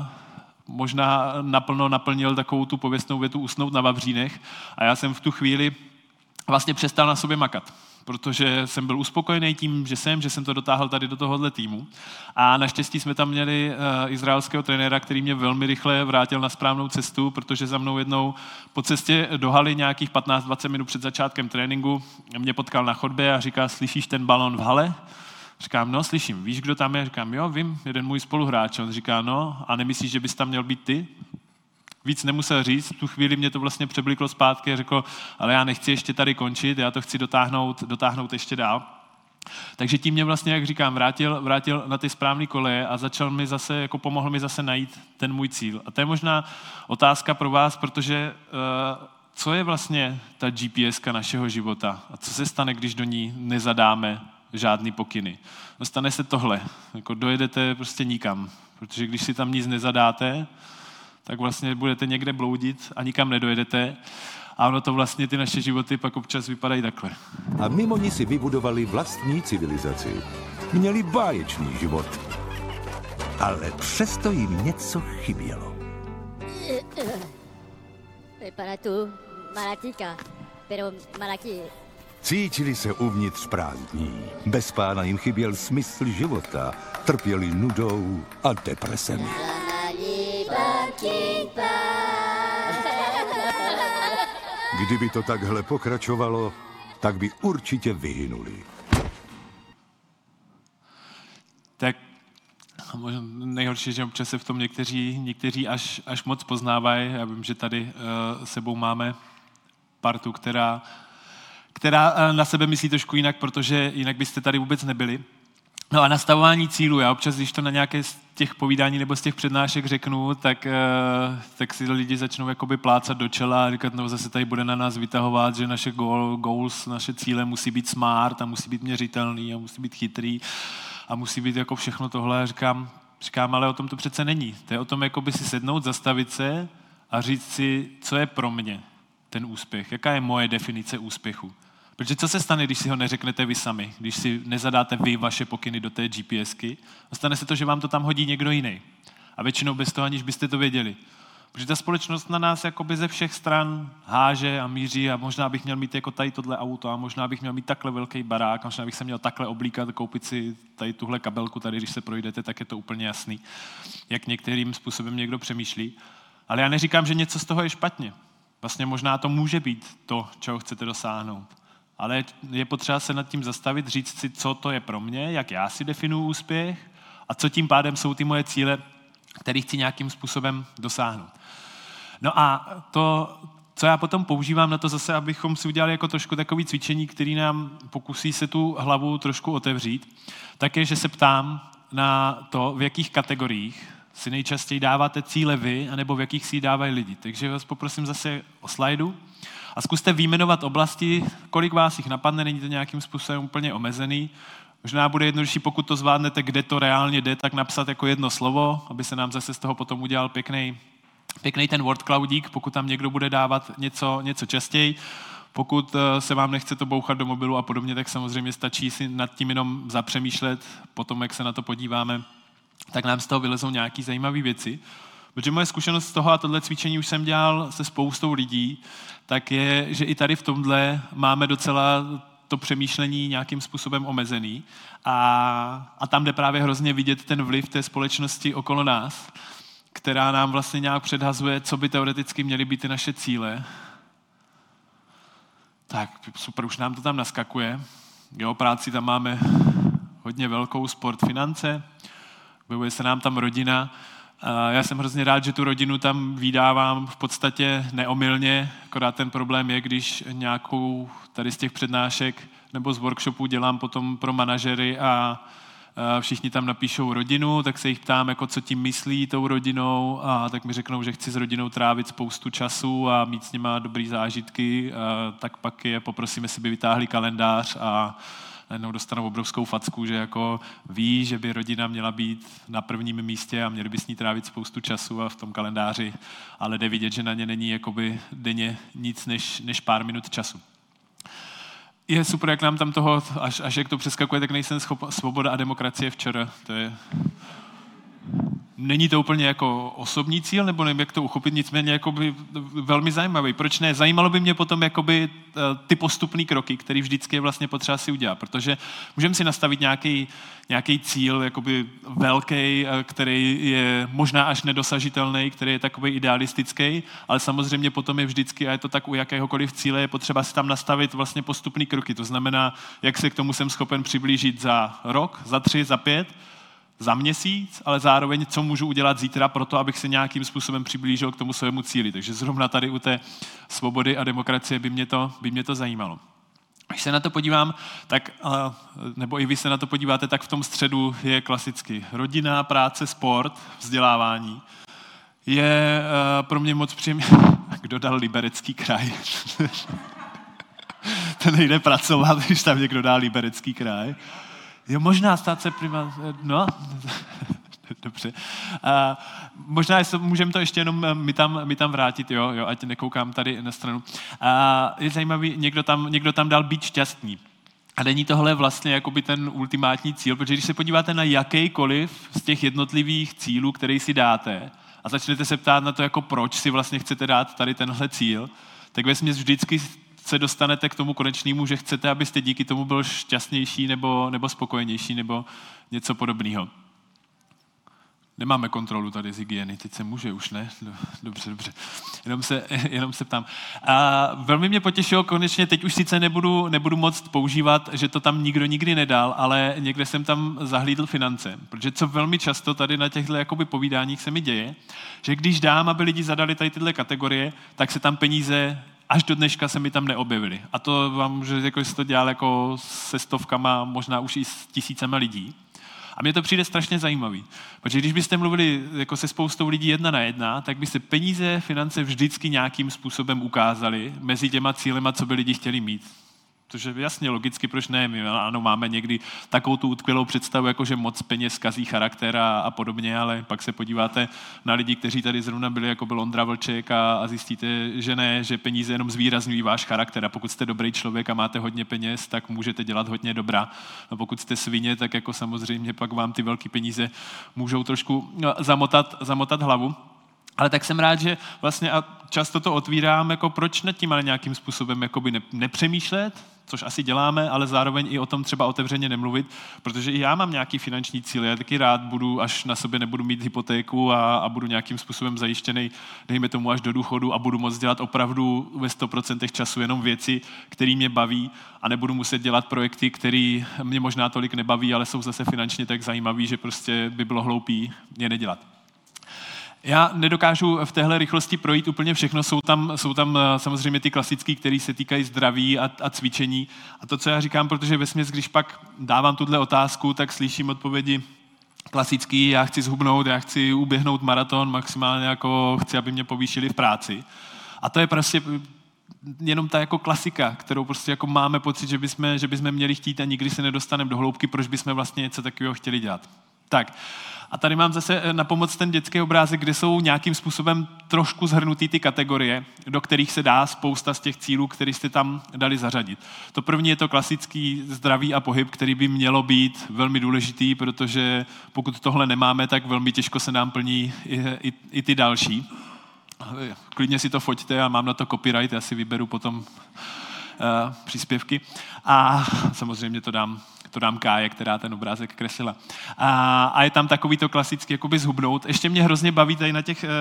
Speaker 2: možná naplno naplnil takovou tu pověstnou větu usnout na vavřínech a já jsem v tu chvíli vlastně přestal na sobě makat, protože jsem byl uspokojený tím, že jsem, že jsem to dotáhl tady do tohohle týmu. A naštěstí jsme tam měli uh, izraelského trenéra, který mě velmi rychle vrátil na správnou cestu, protože za mnou jednou po cestě do haly nějakých patnáct dvacet minut před začátkem tréninku mě potkal na chodbě a říká, slyšíš ten balón v hale? Říkám, no, slyším, víš, kdo tam je? Říkám, jo, vím, jeden můj spoluhráč. On říká, no, a nemyslíš, že bys tam měl být ty? Víc nemusel říct, v tu chvíli mě to vlastně přebliklo zpátky a řekl, ale já nechci ještě tady končit, já to chci dotáhnout, dotáhnout ještě dál. Takže tím mě vlastně, jak říkám, vrátil, vrátil na ty správné koleje a začal mi zase, jako pomohl mi zase najít ten můj cíl. A to je možná otázka pro vás, protože uh, co je vlastně ta G P S ka našeho života a co se stane, když do ní nezadáme žádný pokyny? No stane se tohle, jako dojedete prostě nikam, protože když si tam nic nezadáte, tak vlastně budete někde bloudit a nikam nedojedete. A ono to vlastně ty naše životy pak občas vypadají takhle.
Speaker 3: A mimoni si vybudovali vlastní civilizaci. Měli báječný život. Ale přesto jim něco chybělo.
Speaker 4: Para tu, Malatika, pero Malaki.
Speaker 3: Cítili se uvnitř prázdní. Bez pána jim chyběl smysl života. Trpěli nudou a depresemi. Kdyby to takhle pokračovalo, tak by určitě vyhynuli.
Speaker 2: nejhorší, že občas se v tom někteří, někteří až, až moc poznávají. Já vím, že tady uh, sebou máme partu, která, která uh, na sebe myslí trošku jinak, protože jinak byste tady vůbec nebyli. No a nastavování cílů, já občas, když to na nějaké z těch povídání nebo z těch přednášek řeknu, tak, uh, tak si lidi začnou jakoby plácat do čela a říkat, no zase tady bude na nás vytahovat, že naše goal, goals, naše cíle musí být smart a musí být měřitelný a musí být chytrý a musí být jako všechno tohle. A říkám, říkám, ale o tom to přece není. To je o tom jakoby si sednout, zastavit se a říct si, co je pro mě ten úspěch, jaká je moje definice úspěchu. Protože co se stane, když si ho neřeknete vy sami, když si nezadáte vy vaše pokyny do té GPSky? Stane se to, že vám to tam hodí někdo jiný. A většinou bez toho, aniž byste to věděli. Protože ta společnost na nás jakoby ze všech stran háže a míří a možná bych měl mít jako tady tohle auto a možná bych měl mít takhle velký barák, možná bych se měl takhle oblíkat a koupit si tady tuhle kabelku, tady když se projdete, tak je to úplně jasný, jak některým způsobem někdo přemýšlí. Ale já neříkám, že něco z toho je špatně. Vlastně možná to může být to, čeho chcete dosáhnout. Ale je potřeba se nad tím zastavit, říct si, co to je pro mě, jak já si definuju úspěch a co tím pádem jsou ty moje cíle, které chci nějakým způsobem dosáhnout. No a to, co já potom používám na to zase, abychom si udělali jako trošku takový cvičení, který nám pokusí se tu hlavu trošku otevřít, tak je, že se ptám na to, v jakých kategoriích si nejčastěji dáváte cíle vy, anebo v jakých si ji dávají lidi. Takže vás poprosím zase o slajdu. A zkuste vyjmenovat oblasti, kolik vás jich napadne, není to nějakým způsobem úplně omezený. Možná bude jednodušší, pokud to zvládnete, kde to reálně jde, tak napsat jako jedno slovo, aby se nám zase z toho potom udělal pěkný, pěkný ten word cloudík, pokud tam někdo bude dávat něco, něco častěji. Pokud se vám nechce to bouchat do mobilu a podobně, tak samozřejmě stačí si nad tím jenom zapřemýšlet, potom, jak se na to podíváme, tak nám z toho vylezou nějaké zajímavé věci. Protože moje zkušenost z toho, a tohle cvičení už jsem dělal se spoustou lidí, tak je, že i tady v tomhle máme docela to přemýšlení nějakým způsobem omezený. A, a tam jde právě hrozně vidět ten vliv té společnosti okolo nás, která nám vlastně nějak předhazuje, co by teoreticky měly být ty naše cíle. Tak, super, už nám to tam naskakuje. Jo, práci tam máme hodně velkou, sport, finance, objevuje se nám tam rodina. Já jsem hrozně rád, že tu rodinu tam vydávám v podstatě neomylně, akorát ten problém je, když nějakou tady z těch přednášek nebo z workshopů dělám potom pro manažery a všichni tam napíšou rodinu, tak se jich ptám, jako co tím myslí tou rodinou a tak mi řeknou, že chci s rodinou trávit spoustu času a mít s nima dobrý zážitky, a tak pak je poprosím, jestli by vytáhli kalendář a najednou dostanou obrovskou facku, že jako ví, že by rodina měla být na prvním místě a měli by s ní trávit spoustu času a v tom kalendáři, ale jde vidět, že na ně není jakoby denně nic než, než pár minut času. Je super, jak nám tam toho, až, až jak to přeskakuje, tak nejsem schop, svoboda a demokracie včera. To je... Není to úplně jako osobní cíl, nebo nevím, jak to uchopit, nicméně jakoby velmi zajímavý. Proč ne? Zajímalo by mě potom jakoby ty postupné kroky, které vždycky je vlastně potřeba si udělat, protože můžeme si nastavit nějaký, nějaký cíl jakoby velký, který je možná až nedosažitelný, který je takový idealistický, ale samozřejmě potom je vždycky, a je to tak u jakéhokoliv cíle, je potřeba si tam nastavit vlastně postupné kroky. To znamená, jak se k tomu jsem schopen přiblížit za rok, za tři, za pět, za měsíc, ale zároveň, co můžu udělat zítra pro to, abych se nějakým způsobem přiblížil k tomu svému cíli. Takže zrovna tady u té svobody a demokracie by mě to, by mě to zajímalo. Když se na to podívám, tak, nebo i vy se na to podíváte, tak v tom středu je klasicky rodina, práce, sport, vzdělávání. Je pro mě moc příjemné. Kdo dal Liberecký kraj? To nejde pracovat, když tam někdo dá Liberecký kraj. Jo, možná stát se prima... No, dobře. Uh, možná můžeme to ještě jenom my tam, my tam vrátit, jo, jo, ať nekoukám tady na stranu. Uh, je zajímavý, někdo tam, někdo tam dal být šťastný. A není tohle vlastně jakoby ten ultimátní cíl, protože když se podíváte na jakýkoliv z těch jednotlivých cílů, který si dáte, a začnete se ptát na to, jako proč si vlastně chcete dát tady tenhle cíl, tak vesměs vždycky se dostanete k tomu konečnému, že chcete, abyste díky tomu byl šťastnější nebo, nebo spokojenější nebo něco podobného. Nemáme kontrolu tady z hygieny, teď se může už, ne? Dobře, dobře. Jenom se, jenom se ptám. A velmi mě potěšilo, konečně teď už sice nebudu, nebudu moct používat, že to tam nikdo nikdy nedal, ale někde jsem tam zahlídl finance. Protože co velmi často tady na těchto jakoby povídáních se mi děje, že když dám, aby lidi zadali tady tyhle kategorie, tak se tam peníze až do dneška se mi tam neobjevily. A to vám můžu říct, jako jsi to dělal jako se stovkama, možná už i s tisícema lidí. A mně to přijde strašně zajímavý. Protože když byste mluvili jako se spoustou lidí jedna na jedna, tak by se peníze, finance vždycky nějakým způsobem ukázaly mezi těma cílema, co by lidi chtěli mít. Protože jasně, logicky, proč ne? My ano, máme někdy takovou tu utkvělou představu, jako že moc peněz kazí charakter a, a podobně, ale pak se podíváte na lidi, kteří tady zrovna byli, jako byl Ondra Vlček a, a zjistíte, že ne, že peníze jenom zvýrazňují váš charakter a pokud jste dobrý člověk a máte hodně peněz, tak můžete dělat hodně dobra. A pokud jste svině, tak jako samozřejmě pak vám ty velké peníze můžou trošku zamotat, zamotat hlavu. Ale tak jsem rád, že vlastně a často to otvírám, jako proč nad tím ale nějakým způsobem jakoby ne, nepřemýšlet, což asi děláme, ale zároveň i o tom třeba otevřeně nemluvit, protože i já mám nějaký finanční cíl, já taky rád budu, až na sobě nebudu mít hypotéku a, a budu nějakým způsobem zajištěný, dejme tomu až do důchodu a budu moct dělat opravdu ve sto procent času jenom věci, které mě baví a nebudu muset dělat projekty, které mě možná tolik nebaví, ale jsou zase finančně tak zajímavý, že prostě by bylo hloupý je nedělat. Já nedokážu v téhle rychlosti projít úplně všechno, jsou tam, jsou tam samozřejmě ty klasické, které se týkají zdraví a, a cvičení. A to, co já říkám, protože vesměs, když pak dávám tuhle otázku, tak slyším odpovědi klasický, já chci zhubnout, já chci uběhnout maraton, maximálně jako chci, aby mě povýšili v práci. A to je prostě jenom ta jako klasika, kterou prostě jako máme pocit, že bychom, že bychom měli chtít a nikdy se nedostaneme do hloubky, proč bychom vlastně něco takového chtěli dělat. Tak. A tady mám zase na pomoc ten dětský obrázek, kde jsou nějakým způsobem trošku zhrnutý ty kategorie, do kterých se dá spousta z těch cílů, které jste tam dali zařadit. To první je to klasický zdraví a pohyb, který by mělo být velmi důležitý, protože pokud tohle nemáme, tak velmi těžko se nám plní i, i, i ty další. Klidně si to foťte a mám na to copyright, já si vyberu potom uh, příspěvky. A samozřejmě to dám to dám Káje, která ten obrázek kreslila. A, a je tam takový to klasicky jakoby zhubnout. Ještě mě hrozně baví tady na těch,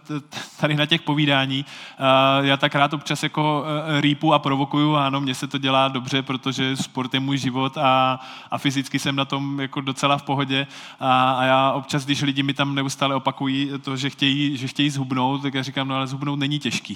Speaker 2: tady na těch povídání. Já tak rád občas jako rýpu a provokuju. Ano, mně se to dělá dobře, protože sport je můj život a, a fyzicky jsem na tom jako docela v pohodě. A, a já občas, když lidi mi tam neustále opakují to, že chtějí, že chtějí zhubnout, tak já říkám, no ale zhubnout není těžký.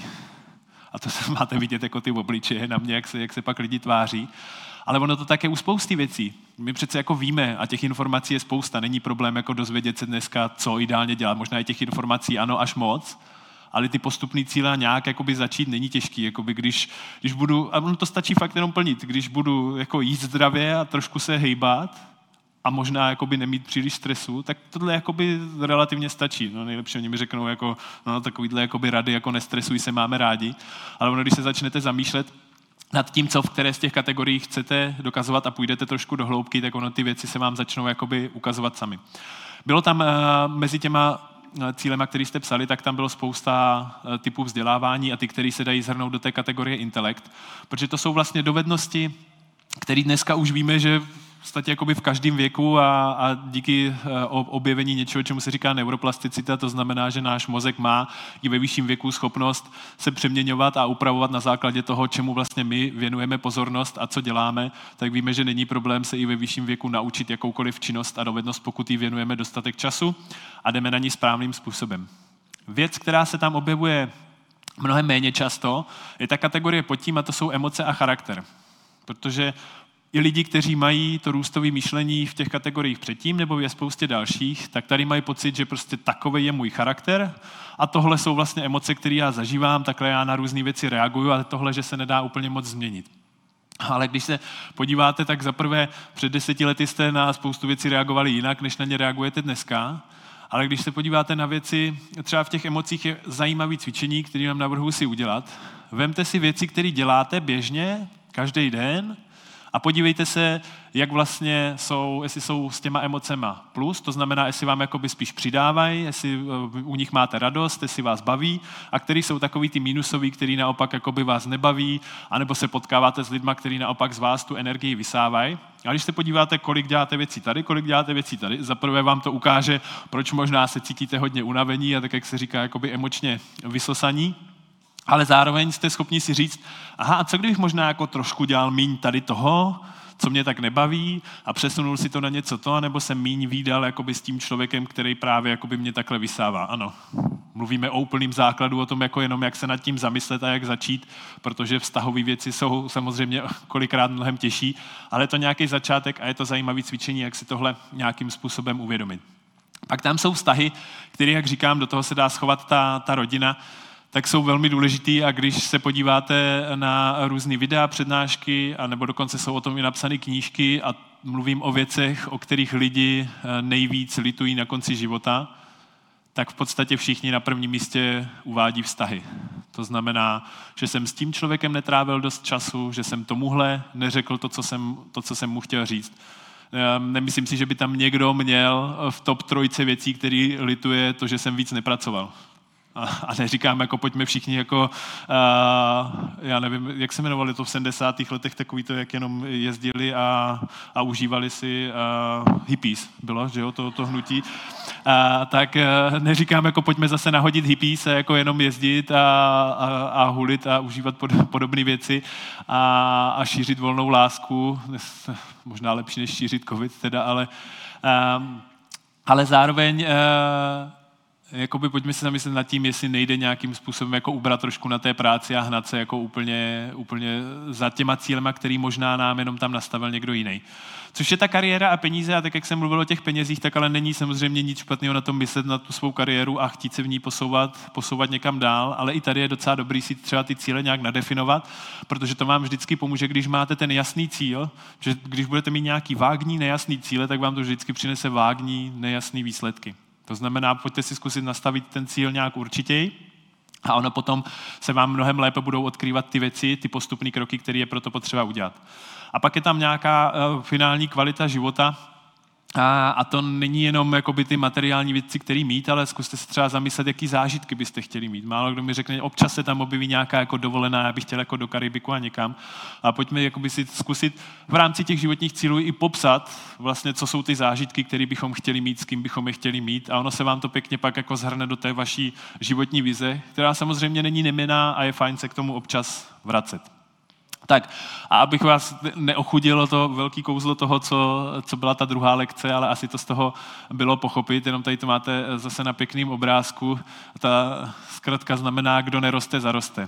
Speaker 2: A to se máte vidět jako ty obličeje na mě, jak se, jak se pak lidi tváří. Ale ono to také u spousty věcí. My přece jako víme a těch informací je spousta. Není problém jako dozvědět se dneska, co ideálně dělat. Možná je těch informací ano až moc, ale ty postupný cíle nějak jakoby začít není těžký. Jakoby když, když budu, a ono to stačí fakt jenom plnit, když budu jako jíst zdravě a trošku se hejbat a možná jakoby nemít příliš stresu, tak tohle jakoby relativně stačí. No, nejlepší oni mi řeknou jako, no, takovýhle jakoby rady, jako nestresuj se, máme rádi. Ale ono, když se začnete zamýšlet nad tím, co v které z těch kategorií chcete dokazovat a půjdete trošku do hloubky, tak ono ty věci se vám začnou jakoby ukazovat sami. Bylo tam uh, mezi těma cílema, který jste psali, tak tam bylo spousta uh, typů vzdělávání a ty, které se dají zhrnout do té kategorie intelekt, protože to jsou vlastně dovednosti, které dneska už víme, že v podstatě jakoby v každém věku a, a díky objevení něčeho, čemu se říká neuroplasticita, to znamená, že náš mozek má i ve vyšším věku schopnost se přeměňovat a upravovat na základě toho, čemu vlastně my věnujeme pozornost a co děláme, tak víme, že není problém se i ve vyšším věku naučit jakoukoliv činnost a dovednost, pokud jí věnujeme dostatek času a jdeme na ní správným způsobem. Věc, která se tam objevuje mnohem méně často, je ta kategorie pod tím a to jsou emoce a charakter. Protože i lidi, kteří mají to růstové myšlení v těch kategoriích předtím nebo ve spoustě dalších, tak tady mají pocit, že prostě takový je můj charakter a tohle jsou vlastně emoce, které já zažívám, takhle já na různé věci reaguju, ale tohle, že se nedá úplně moc změnit. Ale když se podíváte, tak zaprvé před deseti lety jste na spoustu věcí reagovali jinak, než na ně reagujete dneska. Ale když se podíváte na věci, třeba v těch emocích je zajímavé cvičení, které vám navrhuji si udělat. Vemte si věci, které děláte běžně, každý den, a podívejte se, jak vlastně jsou, jestli jsou s těma emocema plus, to znamená, jestli vám jakoby spíš přidávají, jestli u nich máte radost, jestli vás baví, a který jsou takový ty mínusový, který naopak jakoby vás nebaví, anebo se potkáváte s lidma, který naopak z vás tu energii vysávají. A když se podíváte, kolik děláte věcí tady, kolik děláte věcí tady, zaprvé vám to ukáže, proč možná se cítíte hodně unavení a tak, jak se říká, jakoby emočně vysosaní, ale zároveň jste schopni si říct, aha, a co kdybych možná jako trošku dělal míň tady toho, co mě tak nebaví, a přesunul si to na něco to, anebo jsem míň výdal jakoby s tím člověkem, který právě jakoby mě takhle vysává. Ano, mluvíme o úplným základu, o tom, jako jenom jak se nad tím zamyslet a jak začít, protože vztahové věci jsou samozřejmě kolikrát mnohem těžší, ale je to nějaký začátek a je to zajímavé cvičení, jak si tohle nějakým způsobem uvědomit. Pak tam jsou vztahy, které, jak říkám, do toho se dá schovat ta, ta rodina, tak jsou velmi důležitý, a když se podíváte na různý videa, přednášky, a nebo dokonce jsou o tom i napsané knížky a mluvím o věcech, o kterých lidi nejvíc litují na konci života, tak v podstatě všichni na prvním místě uvádí vztahy. To znamená, že jsem s tím člověkem netrávil dost času, že jsem tomuhle neřekl to, co jsem, to, co jsem mu chtěl říct. Nemyslím si, že by tam někdo měl v top trojce věcí, který lituje to, že jsem víc nepracoval. A neříkám, jako pojďme všichni, jako, uh, já nevím, jak se jmenovali to v sedmdesátých letech, takový to, jak jenom jezdili a, a užívali si uh, hippies, bylo, že jo, to, to hnutí. Uh, tak uh, neříkám, jako pojďme zase nahodit hippies a jako jenom jezdit a, a, a hulit a užívat pod, podobné věci a, a šířit volnou lásku, možná lepší než šířit covid teda, ale, uh, ale zároveň uh, jakoby pojďme se zamyslet nad tím, jestli nejde nějakým způsobem jako ubrat trošku na té práci a hnat se jako úplně, úplně za těma cílema, který možná nám jenom tam nastavil někdo jiný. Což je ta kariéra a peníze, a tak jak jsem mluvil o těch penězích, tak ale není samozřejmě nic špatného na tom myslet na tu svou kariéru a chtít se v ní posouvat, posouvat někam dál, ale i tady je docela dobrý si třeba ty cíle nějak nadefinovat, protože to vám vždycky pomůže, když máte ten jasný cíl, že když budete mít nějaký vágní, nejasný cíle, tak vám to vždycky přinese vágní, nejasný výsledky. To znamená, pojďte si zkusit nastavit ten cíl nějak určitěji a ono potom se vám mnohem lépe budou odkrývat ty věci, ty postupné kroky, které je proto potřeba udělat. A pak je tam nějaká uh, finální kvalita života, a, a to není jenom jakoby ty materiální věci, které mít, ale zkuste se třeba zamyslet, jaký zážitky byste chtěli mít. Málo kdo mi řekne, občas se tam objeví nějaká jako dovolená, já bych chtěl jako do Karibiku a někam. A pojďme jakoby si zkusit v rámci těch životních cílů i popsat, vlastně, co jsou ty zážitky, které bychom chtěli mít, s kým bychom je chtěli mít. A ono se vám to pěkně pak jako zhrne do té vaší životní vize, která samozřejmě není neměnná a je fajn se k tomu občas vracet. Tak a abych vás neochudilo to velký kouzlo toho, co, co byla ta druhá lekce, ale asi to z toho bylo pochopit, jenom tady to máte zase na pěkném obrázku. Ta zkratka znamená, kdo neroste, zaroste.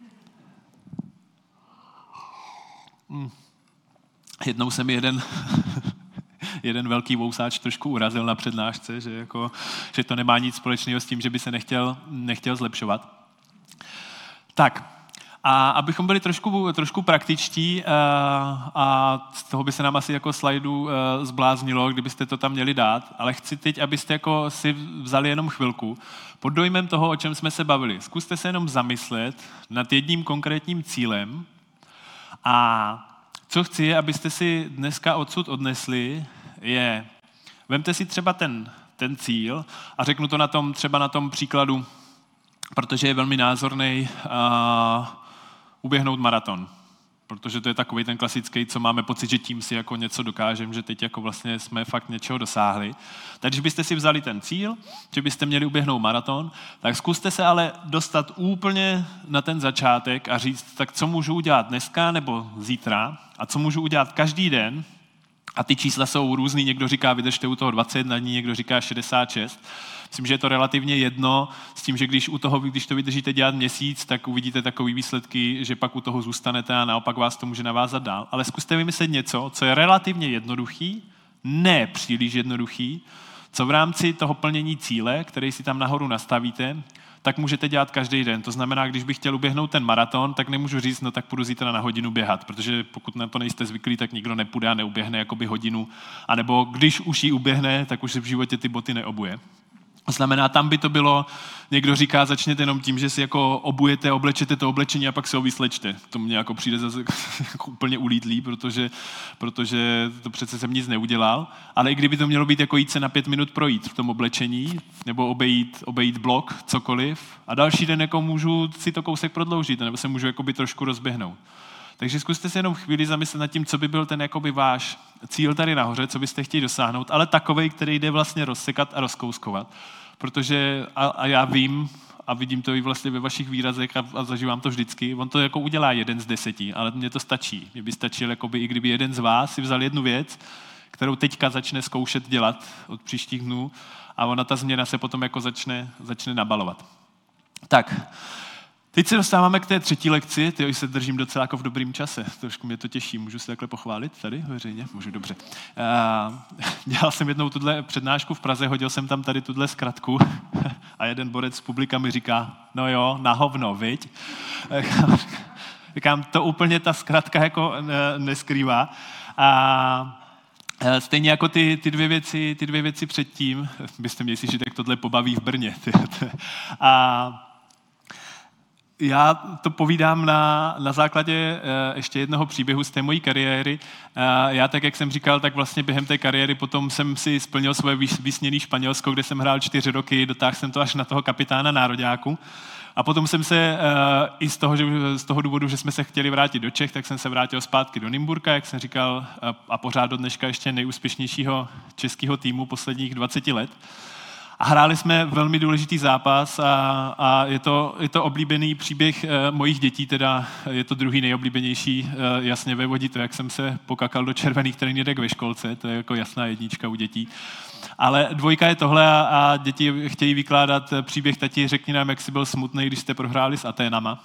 Speaker 2: Hmm. Jednou jsem jeden, jeden velký vousáč trošku urazil na přednášce, že, jako, že to nemá nic společného s tím, že by se nechtěl, nechtěl zlepšovat. Tak. A abychom byli trošku, trošku praktičtí, a z toho by se nám asi jako slajdu zbláznilo, kdybyste to tam měli dát, ale chci teď, abyste jako si vzali jenom chvilku pod dojmem toho, o čem jsme se bavili. Zkuste se jenom zamyslet nad jedním konkrétním cílem a co chci, abyste si dneska odsud odnesli, je, vemte si třeba ten, ten cíl a řeknu to na tom, třeba na tom příkladu, protože je velmi názorný, uh, uběhnout maraton. Protože to je takový ten klasický, co máme pocit, že tím si jako něco dokážeme, že teď jako vlastně jsme fakt něčeho dosáhli. Tak když byste si vzali ten cíl, že byste měli uběhnout maraton, tak zkuste se ale dostat úplně na ten začátek a říct, tak co můžu udělat dneska nebo zítra a co můžu udělat každý den. A ty čísla jsou různý, někdo říká, vydržte u toho dvacet jedna dní, někdo říká šedesát šest. Myslím, že je to relativně jedno s tím, že když u toho, když to vydržíte dělat měsíc, tak uvidíte takové výsledky, že pak u toho zůstanete a naopak vás to může navázat dál. Ale zkuste vymyslet něco, co je relativně jednoduchý, ne příliš jednoduchý, co v rámci toho plnění cíle, který si tam nahoru nastavíte, tak můžete dělat každý den. To znamená, když bych chtěl uběhnout ten maraton, tak nemůžu říct, no tak půjdu zítra na hodinu běhat, protože pokud na to nejste zvyklí, tak nikdo nepůjde a neuběhne jakoby hodinu. A nebo když už ji uběhne, tak už se v životě ty boty neobuje. To znamená, tam by to bylo, někdo říká, začněte jenom tím, že si jako obujete, oblečete to oblečení a pak se ho vyslečte. To mně jako přijde zase jako úplně ulítlý, protože, protože to přece jsem nic neudělal. Ale i kdyby to mělo být jako jít se na pět minut projít v tom oblečení, nebo obejít, obejít blok, cokoliv, a další den jako můžu si to kousek prodloužit, nebo se můžu jakoby trošku rozběhnout. Takže zkuste si jenom chvíli zamyslet nad tím, co by byl ten jakoby váš cíl tady nahoře, co byste chtěli dosáhnout, ale takovej, který jde vlastně rozsekat a rozkouskovat. Protože, a, a já vím, a vidím to i vlastně ve vašich výrazech a, a zažívám to vždycky, on to jako udělá jeden z deseti, ale mně to stačí. Mně by stačil, jakoby, i kdyby jeden z vás si vzal jednu věc, kterou teďka začne zkoušet dělat od příštích dnů a ona ta změna se potom jako začne, začne nabalovat. Tak, teď se dostáváme k té třetí lekci, ty se držím docela jako v dobrým čase, trošku mě to těší, můžu se takhle pochválit tady veřejně? Můžu, dobře. Uh, dělal jsem jednou tuhle přednášku v Praze, hodil jsem tam tady tuhle zkratku a jeden borec z publika mi říká, no jo, na hovno, viď? Říkám, to úplně ta zkratka jako neskrývá. A stejně jako ty, ty, dvě věci, ty dvě věci předtím, byste měli si, že tak tohle pobaví v Brně. A já to povídám na, na základě uh, ještě jednoho příběhu z té mojí kariéry. Uh, já tak, jak jsem říkal, tak vlastně během té kariéry potom jsem si splnil svoje vysněné Španělsko, kde jsem hrál čtyři roky, dotáhl jsem to až na toho kapitána nároďáku. A potom jsem se uh, i z toho, že, z toho důvodu, že jsme se chtěli vrátit do Čech, tak jsem se vrátil zpátky do Nymburka, jak jsem říkal, uh, a pořád do dneška ještě nejúspěšnějšího českého týmu posledních dvacet let. A hráli jsme velmi důležitý zápas a, a je, to, je to oblíbený příběh e, mojich dětí, teda je to druhý nejoblíbenější, e, jasně vevodí to, jak jsem se pokakal do červených trenýrek ve školce, to je jako jasná jednička u dětí. Ale dvojka je tohle a, a děti chtějí vykládat příběh tati, řekni nám, jak jsi byl smutný, když jste prohráli s Aténama.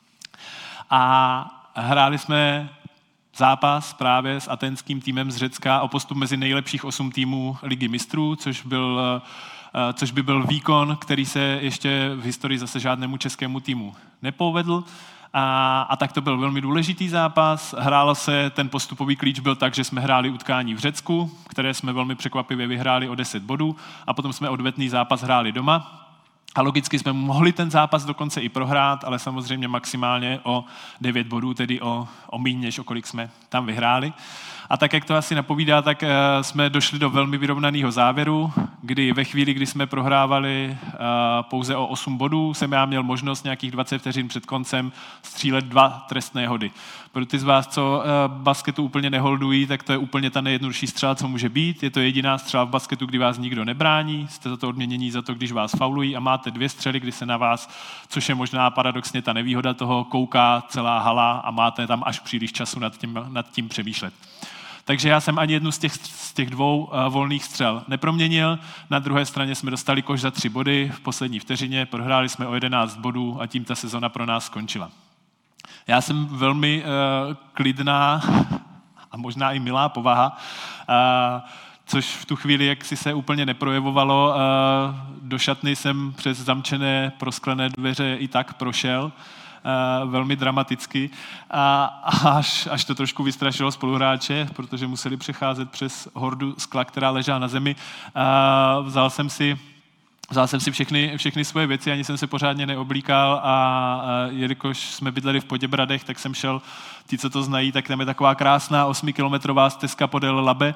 Speaker 2: A hráli jsme zápas právě s aténským týmem z Řecka o postup mezi nejlepších osm týmů Ligy mistrů, což byl což by byl výkon, který se ještě v historii zase žádnému českému týmu nepovedl. A, a tak to byl velmi důležitý zápas. Hrálo se, ten postupový klíč byl tak, že jsme hráli utkání v Řecku, které jsme velmi překvapivě vyhráli o deset bodů a potom jsme odvetný zápas hráli doma. A logicky jsme mohli ten zápas dokonce i prohrát, ale samozřejmě maximálně o devět bodů, tedy o, o míň, než o kolik jsme tam vyhráli. A tak, jak to asi napovídá, tak uh, jsme došli do velmi vyrovnaného závěru, kdy ve chvíli, kdy jsme prohrávali uh, pouze o osm bodů, jsem já měl možnost nějakých dvacet vteřin před koncem střílet dva trestné hody. Pro ty z vás, co uh, basketu úplně neholdují, tak to je úplně ta nejjednodušší střela, co může být. Je to jediná střela v basketu, kdy vás nikdo nebrání, jste za to odměnění za to, když vás faulují a máte dvě střely, kdy se na vás, což je možná paradoxně ta nevýhoda toho, kouká celá hala a máte tam až příliš času nad tím, nad tím přemýšlet. Takže já jsem ani jednu z těch, z těch dvou uh, volných střel neproměnil. Na druhé straně jsme dostali koš za tři body v poslední vteřině, prohráli jsme o jedenáct bodů a tím ta sezona pro nás skončila. Já jsem velmi uh, klidná a možná i milá povaha, uh, což v tu chvíli, jak si se úplně neprojevovalo, uh, do šatny jsem přes zamčené prosklené dveře i tak prošel, Uh, velmi dramaticky a až, až to trošku vystrašilo spoluhráče, protože museli přecházet přes hordu skla, která ležela na zemi. Uh, vzal jsem si Vzal jsem si všechny, všechny svoje věci, ani jsem se pořádně neoblíkal a, a jelikož jsme bydleli v Poděbradech, tak jsem šel, ti, co to znají, tak tam je taková krásná osmikilometrová stezka podél Labe,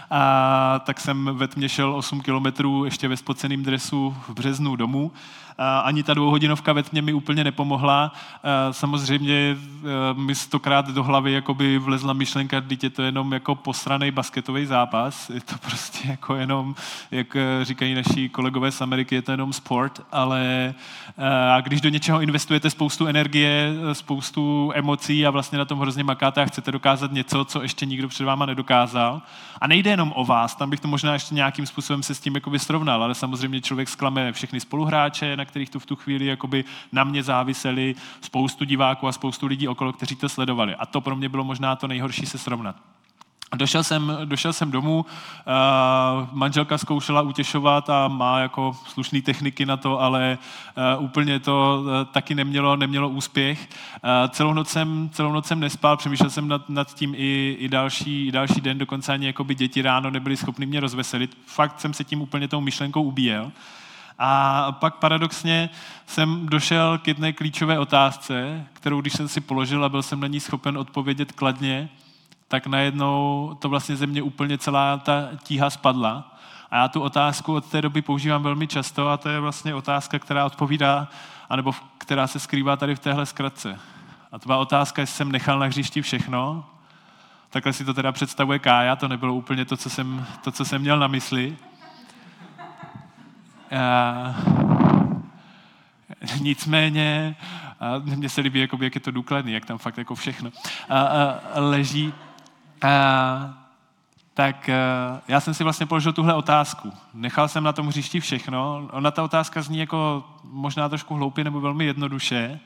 Speaker 2: a tak jsem ve tmě šel osm kilometrů ještě ve spoceném dresu v březnu domů. A ani ta dvouhodinovka ve tmě mi úplně nepomohla. A samozřejmě mi stokrát do hlavy jakoby vlezla myšlenka, když je to jenom jako posranej basketový zápas. Je to prostě jako jenom, jak říkají naši kolegové z Ameriky, je to jenom sport, ale a když do něčeho investujete spoustu energie, spoustu emocí a vlastně na tom hrozně makáte a chcete dokázat něco, co ještě nikdo před váma nedokázal. A nejde jenom o vás, tam bych to možná ještě nějakým způsobem se s tím jakoby srovnal, ale samozřejmě člověk zklame všechny spoluhráče, na kterých tu v tu chvíli jakoby na mě záviseli, spoustu diváků a spoustu lidí okolo, kteří to sledovali. A to pro mě bylo možná to nejhorší se srovnat. Došel jsem, došel jsem domů, uh, manželka zkoušela utěšovat a má jako slušné techniky na to, ale uh, úplně to uh, taky nemělo, nemělo úspěch. Uh, celou noc jsem, celou noc jsem nespal, přemýšlel jsem nad, nad tím i, i, další, i další den, dokonce ani jakoby děti ráno nebyly schopny mě rozveselit. Fakt jsem se tím úplně tou myšlenkou ubíjel. A pak paradoxně jsem došel k jedné klíčové otázce, kterou když jsem si položil a byl jsem na ní schopen odpovědět kladně, tak najednou to vlastně ze mě úplně celá ta tíha spadla. A já tu otázku od té doby používám velmi často a to je vlastně otázka, která odpovídá, anebo která se skrývá tady v téhle zkratce. A tvá otázka, jestli jsem nechal na hřišti všechno, takhle si to teda představuje Kája, to nebylo úplně to, co jsem, to, co jsem měl na mysli. A, nicméně, mně se líbí, jakoby, jak je to důkladný, jak tam fakt jako všechno a, a, leží. A, tak já jsem si vlastně položil tuhle otázku. Nechal jsem na tom hřišti všechno. Ona ta otázka zní jako možná trošku hloupě nebo velmi jednoduše,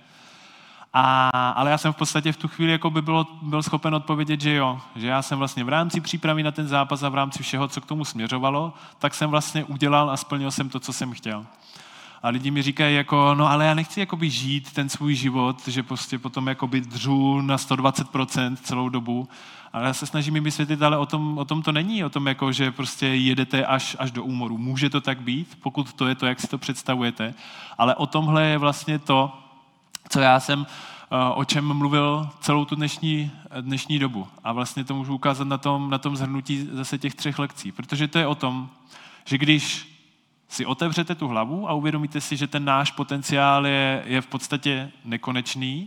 Speaker 2: a, ale já jsem v podstatě v tu chvíli jako by bylo, byl schopen odpovědět, že jo. Že já jsem vlastně v rámci přípravy na ten zápas a v rámci všeho, co k tomu směřovalo, tak jsem vlastně udělal a splnil jsem to, co jsem chtěl. A lidi mi říkají jako, no ale já nechci jakoby žít ten svůj život, že prostě potom jakoby dřu na sto dvacet procent celou dobu. Ale já se snažím jim vysvětlit, ale o tom, o tom to není, o tom jako, že prostě jedete až, až do úmoru. Může to tak být, pokud to je to, jak si to představujete. Ale o tomhle je vlastně to, co já jsem, o čem mluvil celou tu dnešní, dnešní dobu. A vlastně to můžu ukázat na tom, na tom shrnutí zase těch třech lekcí. Protože to je o tom, že když si otevřete tu hlavu a uvědomíte si, že ten náš potenciál je, je v podstatě nekonečný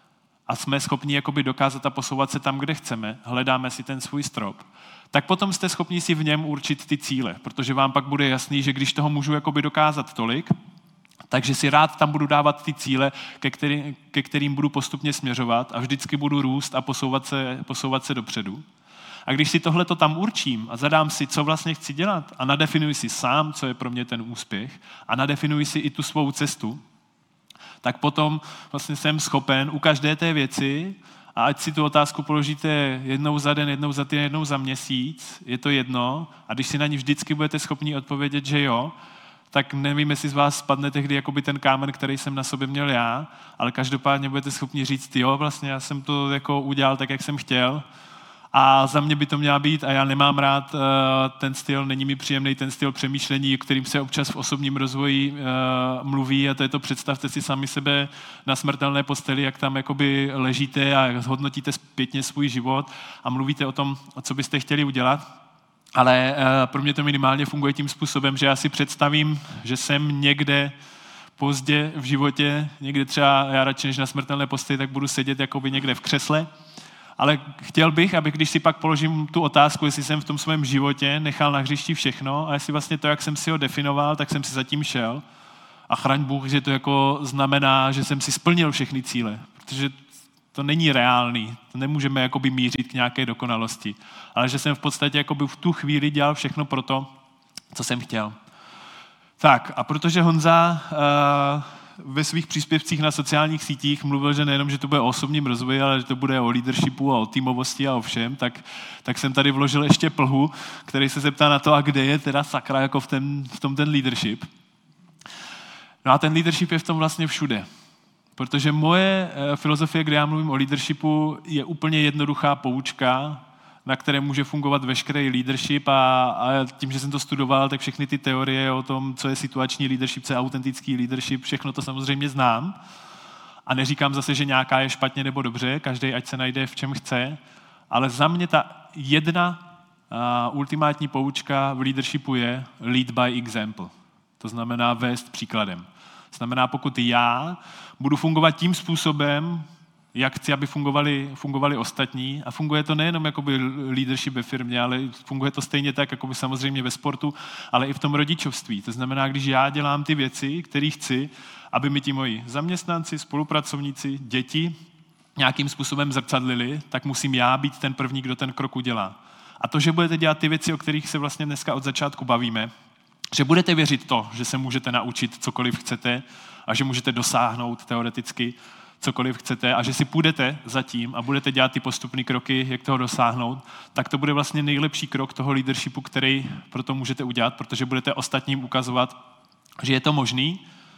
Speaker 2: a jsme schopni jakoby dokázat a posouvat se tam, kde chceme, hledáme si ten svůj strop, tak potom jste schopni si v něm určit ty cíle, protože vám pak bude jasný, že když toho můžu jakoby dokázat tolik, takže si rád tam budu dávat ty cíle, ke, který, ke kterým budu postupně směřovat a vždycky budu růst a posouvat se, posouvat se dopředu. A když si tohleto tam určím a zadám si, co vlastně chci dělat a nadefinuji si sám, co je pro mě ten úspěch a nadefinuji si i tu svou cestu, tak potom vlastně jsem schopen u každé té věci, a ať si tu otázku položíte jednou za den, jednou za týden, jednou za měsíc, je to jedno, a když si na ní vždycky budete schopni odpovědět, že jo, tak nevím, jestli z vás spadne tehdy jakoby ten kámen, který jsem na sobě měl já, ale každopádně budete schopni říct, jo, vlastně já jsem to jako udělal tak, jak jsem chtěl, a za mě by to měla být, a já nemám rád uh, ten styl, není mi příjemný ten styl přemýšlení, o kterým se občas v osobním rozvoji uh, mluví, a to je to, představte si sami sebe na smrtelné posteli, jak tam jakoby ležíte a hodnotíte zpětně svůj život a mluvíte o tom, co byste chtěli udělat. Ale uh, pro mě to minimálně funguje tím způsobem, že já si představím, že jsem někde pozdě v životě, někde třeba, já radši než na smrtelné posteli, tak budu sedět jakoby někde v křesle. Ale chtěl bych, aby když si pak položím tu otázku, jestli jsem v tom svém životě nechal na hřišti všechno a jestli vlastně to, jak jsem si ho definoval, tak jsem si zatím šel. A chraň Bůh, že to jako znamená, že jsem si splnil všechny cíle, protože to není reálný, to nemůžeme jakoby mířit k nějaké dokonalosti, ale že jsem v podstatě jakoby v tu chvíli dělal všechno pro to, co jsem chtěl. Tak a protože Honza uh, ve svých příspěvcích na sociálních sítích mluvil, že nejenom, že to bude o osobním rozvoji, ale že to bude o leadershipu a o týmovosti a o všem, tak, tak jsem tady vložil ještě plhu, který se zeptá na to, a kde je teda sakra jako v, ten, v tom ten leadership. No a ten leadership je v tom vlastně všude. Protože moje filozofie, kde já mluvím o leadershipu, je úplně jednoduchá poučka, na které může fungovat veškerý leadership, a, a tím, že jsem to studoval, tak všechny ty teorie o tom, co je situační leadership, co je autentický leadership, všechno to samozřejmě znám. A neříkám zase, že nějaká je špatně nebo dobře, každý ať se najde v čem chce, ale za mě ta jedna uh, ultimátní poučka v leadershipu je lead by example. To znamená vést příkladem. To znamená, pokud já budu fungovat tím způsobem, jak chci, aby fungovali, fungovali ostatní. A funguje to nejenom jakoby leadership ve firmě, ale funguje to stejně tak, jakoby samozřejmě ve sportu, ale i v tom rodičovství. To znamená, když já dělám ty věci, které chci, aby mi ti moji zaměstnanci, spolupracovníci, děti nějakým způsobem zrcadlili, tak musím já být ten první, kdo ten krok udělá. A to, že budete dělat ty věci, o kterých se vlastně dneska od začátku bavíme, že budete věřit to, že se můžete naučit cokoliv chcete a že můžete dosáhnout teoreticky cokoliv chcete a že si půjdete za tím a budete dělat ty postupné kroky, jak toho dosáhnout, tak to bude vlastně nejlepší krok toho leadershipu, který pro to můžete udělat, protože budete ostatním ukazovat, že je to možný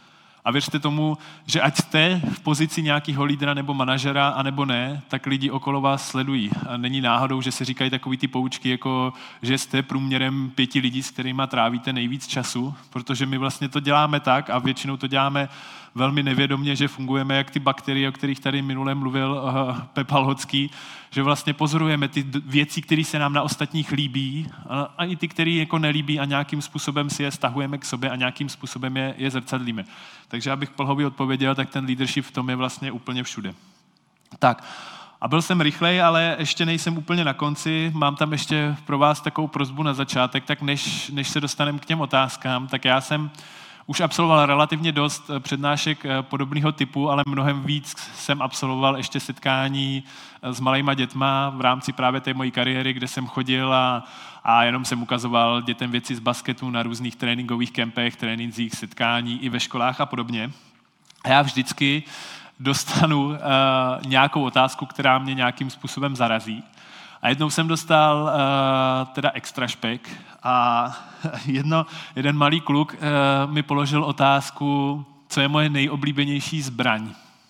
Speaker 2: A věřte tomu, že ať jste v pozici nějakého lídra nebo manažera, anebo ne, tak lidi okolo vás sledují. A není náhodou, že se říkají takový ty poučky, jako že jste průměrem pěti lidí, s kterými trávíte nejvíc času, protože my vlastně to děláme tak a většinou to děláme velmi nevědomně, že fungujeme jak ty bakterie, o kterých tady minule mluvil uh, Pep Halhocký, že vlastně pozorujeme ty věci, které se nám na ostatních líbí a, a i ty, které jako nelíbí a nějakým způsobem si je stahujeme k sobě a nějakým způsobem je, je zrcadlíme. Takže abych Plhovi odpověděl, tak ten leadership v tom je vlastně úplně všude. Tak, a byl jsem rychlej, ale ještě nejsem úplně na konci. Mám tam ještě pro vás takovou prosbu na začátek, tak než, než se dostaneme k těm otázkám, tak já jsem už absolvoval relativně dost přednášek podobného typu, ale mnohem víc jsem absolvoval ještě setkání s malejma dětma v rámci právě té mojí kariéry, kde jsem chodil a, a jenom jsem ukazoval dětem věci z basketu na různých tréninkových kempech, trénincích, setkání i ve školách a podobně. A já vždycky dostanu uh, nějakou otázku, která mě nějakým způsobem zarazí. A jednou jsem dostal uh, teda extra špek a jedno, jeden malý kluk uh, mi položil otázku, co je moje nejoblíbenější zbraň.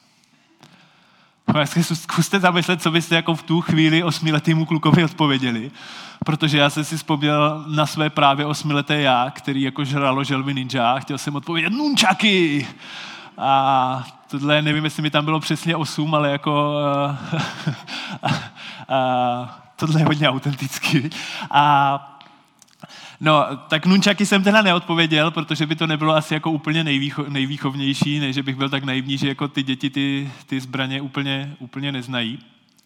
Speaker 2: Zkuste zamyslet, co byste jako v tu chvíli osmiletýmu klukovi odpověděli, protože já jsem si vzpomněl na své právě osmileté já, který jako žralo želvy ninja a chtěl jsem odpovědět nunčaky. A tohle, nevím, jestli mi tam bylo přesně osm, ale jako uh, uh, uh, tohle je hodně autentický. A no, tak nunčaky jsem teda neodpověděl, protože by to nebylo asi jako úplně nejvýcho, nejvýchovnější, než že bych byl tak naivní, že jako ty děti ty, ty zbraně úplně, úplně neznají.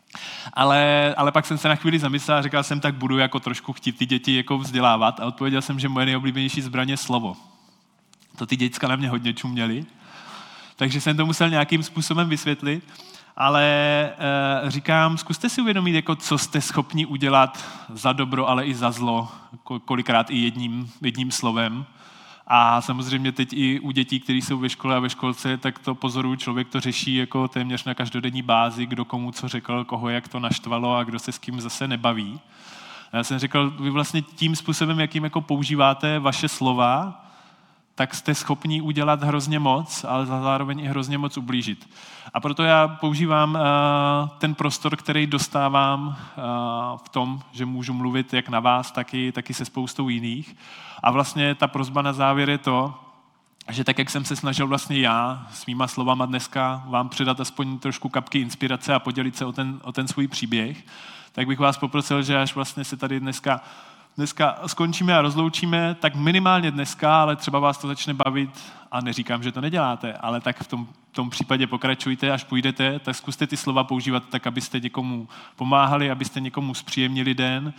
Speaker 2: Ale, ale pak jsem se na chvíli zamyslel a říkal jsem, tak budu jako trošku chtít ty děti jako vzdělávat a odpověděl jsem, že moje nejoblíbenější zbraně je slovo. To ty děcka na mě hodně čuměly. Takže jsem to musel nějakým způsobem vysvětlit, ale e, říkám, zkuste si uvědomit, jako, co jste schopni udělat za dobro, ale i za zlo, kolikrát i jedním, jedním slovem. A samozřejmě teď i u dětí, které jsou ve škole a ve školce, tak to pozoruju, člověk to řeší jako téměř na každodenní bázi, kdo komu co řekl, koho jak to naštvalo a kdo se s kým zase nebaví. A já jsem řekl, vy vlastně tím způsobem, jakým jako používáte vaše slova, tak jste schopni udělat hrozně moc, ale zároveň i hrozně moc ublížit. A proto já používám uh, ten prostor, který dostávám uh, v tom, že můžu mluvit jak na vás, tak i, tak i se spoustou jiných. A vlastně ta prosba na závěr je to, že tak, jak jsem se snažil vlastně já svýma slovama dneska vám předat aspoň trošku kapky inspirace a podělit se o ten, o ten svůj příběh, tak bych vás poprosil, že až vlastně se tady dneska Dneska skončíme a rozloučíme, tak minimálně dneska, ale třeba vás to začne bavit a neříkám, že to neděláte, ale tak v tom, v tom případě pokračujte, až půjdete, tak zkuste ty slova používat tak, abyste někomu pomáhali, abyste někomu zpříjemnili den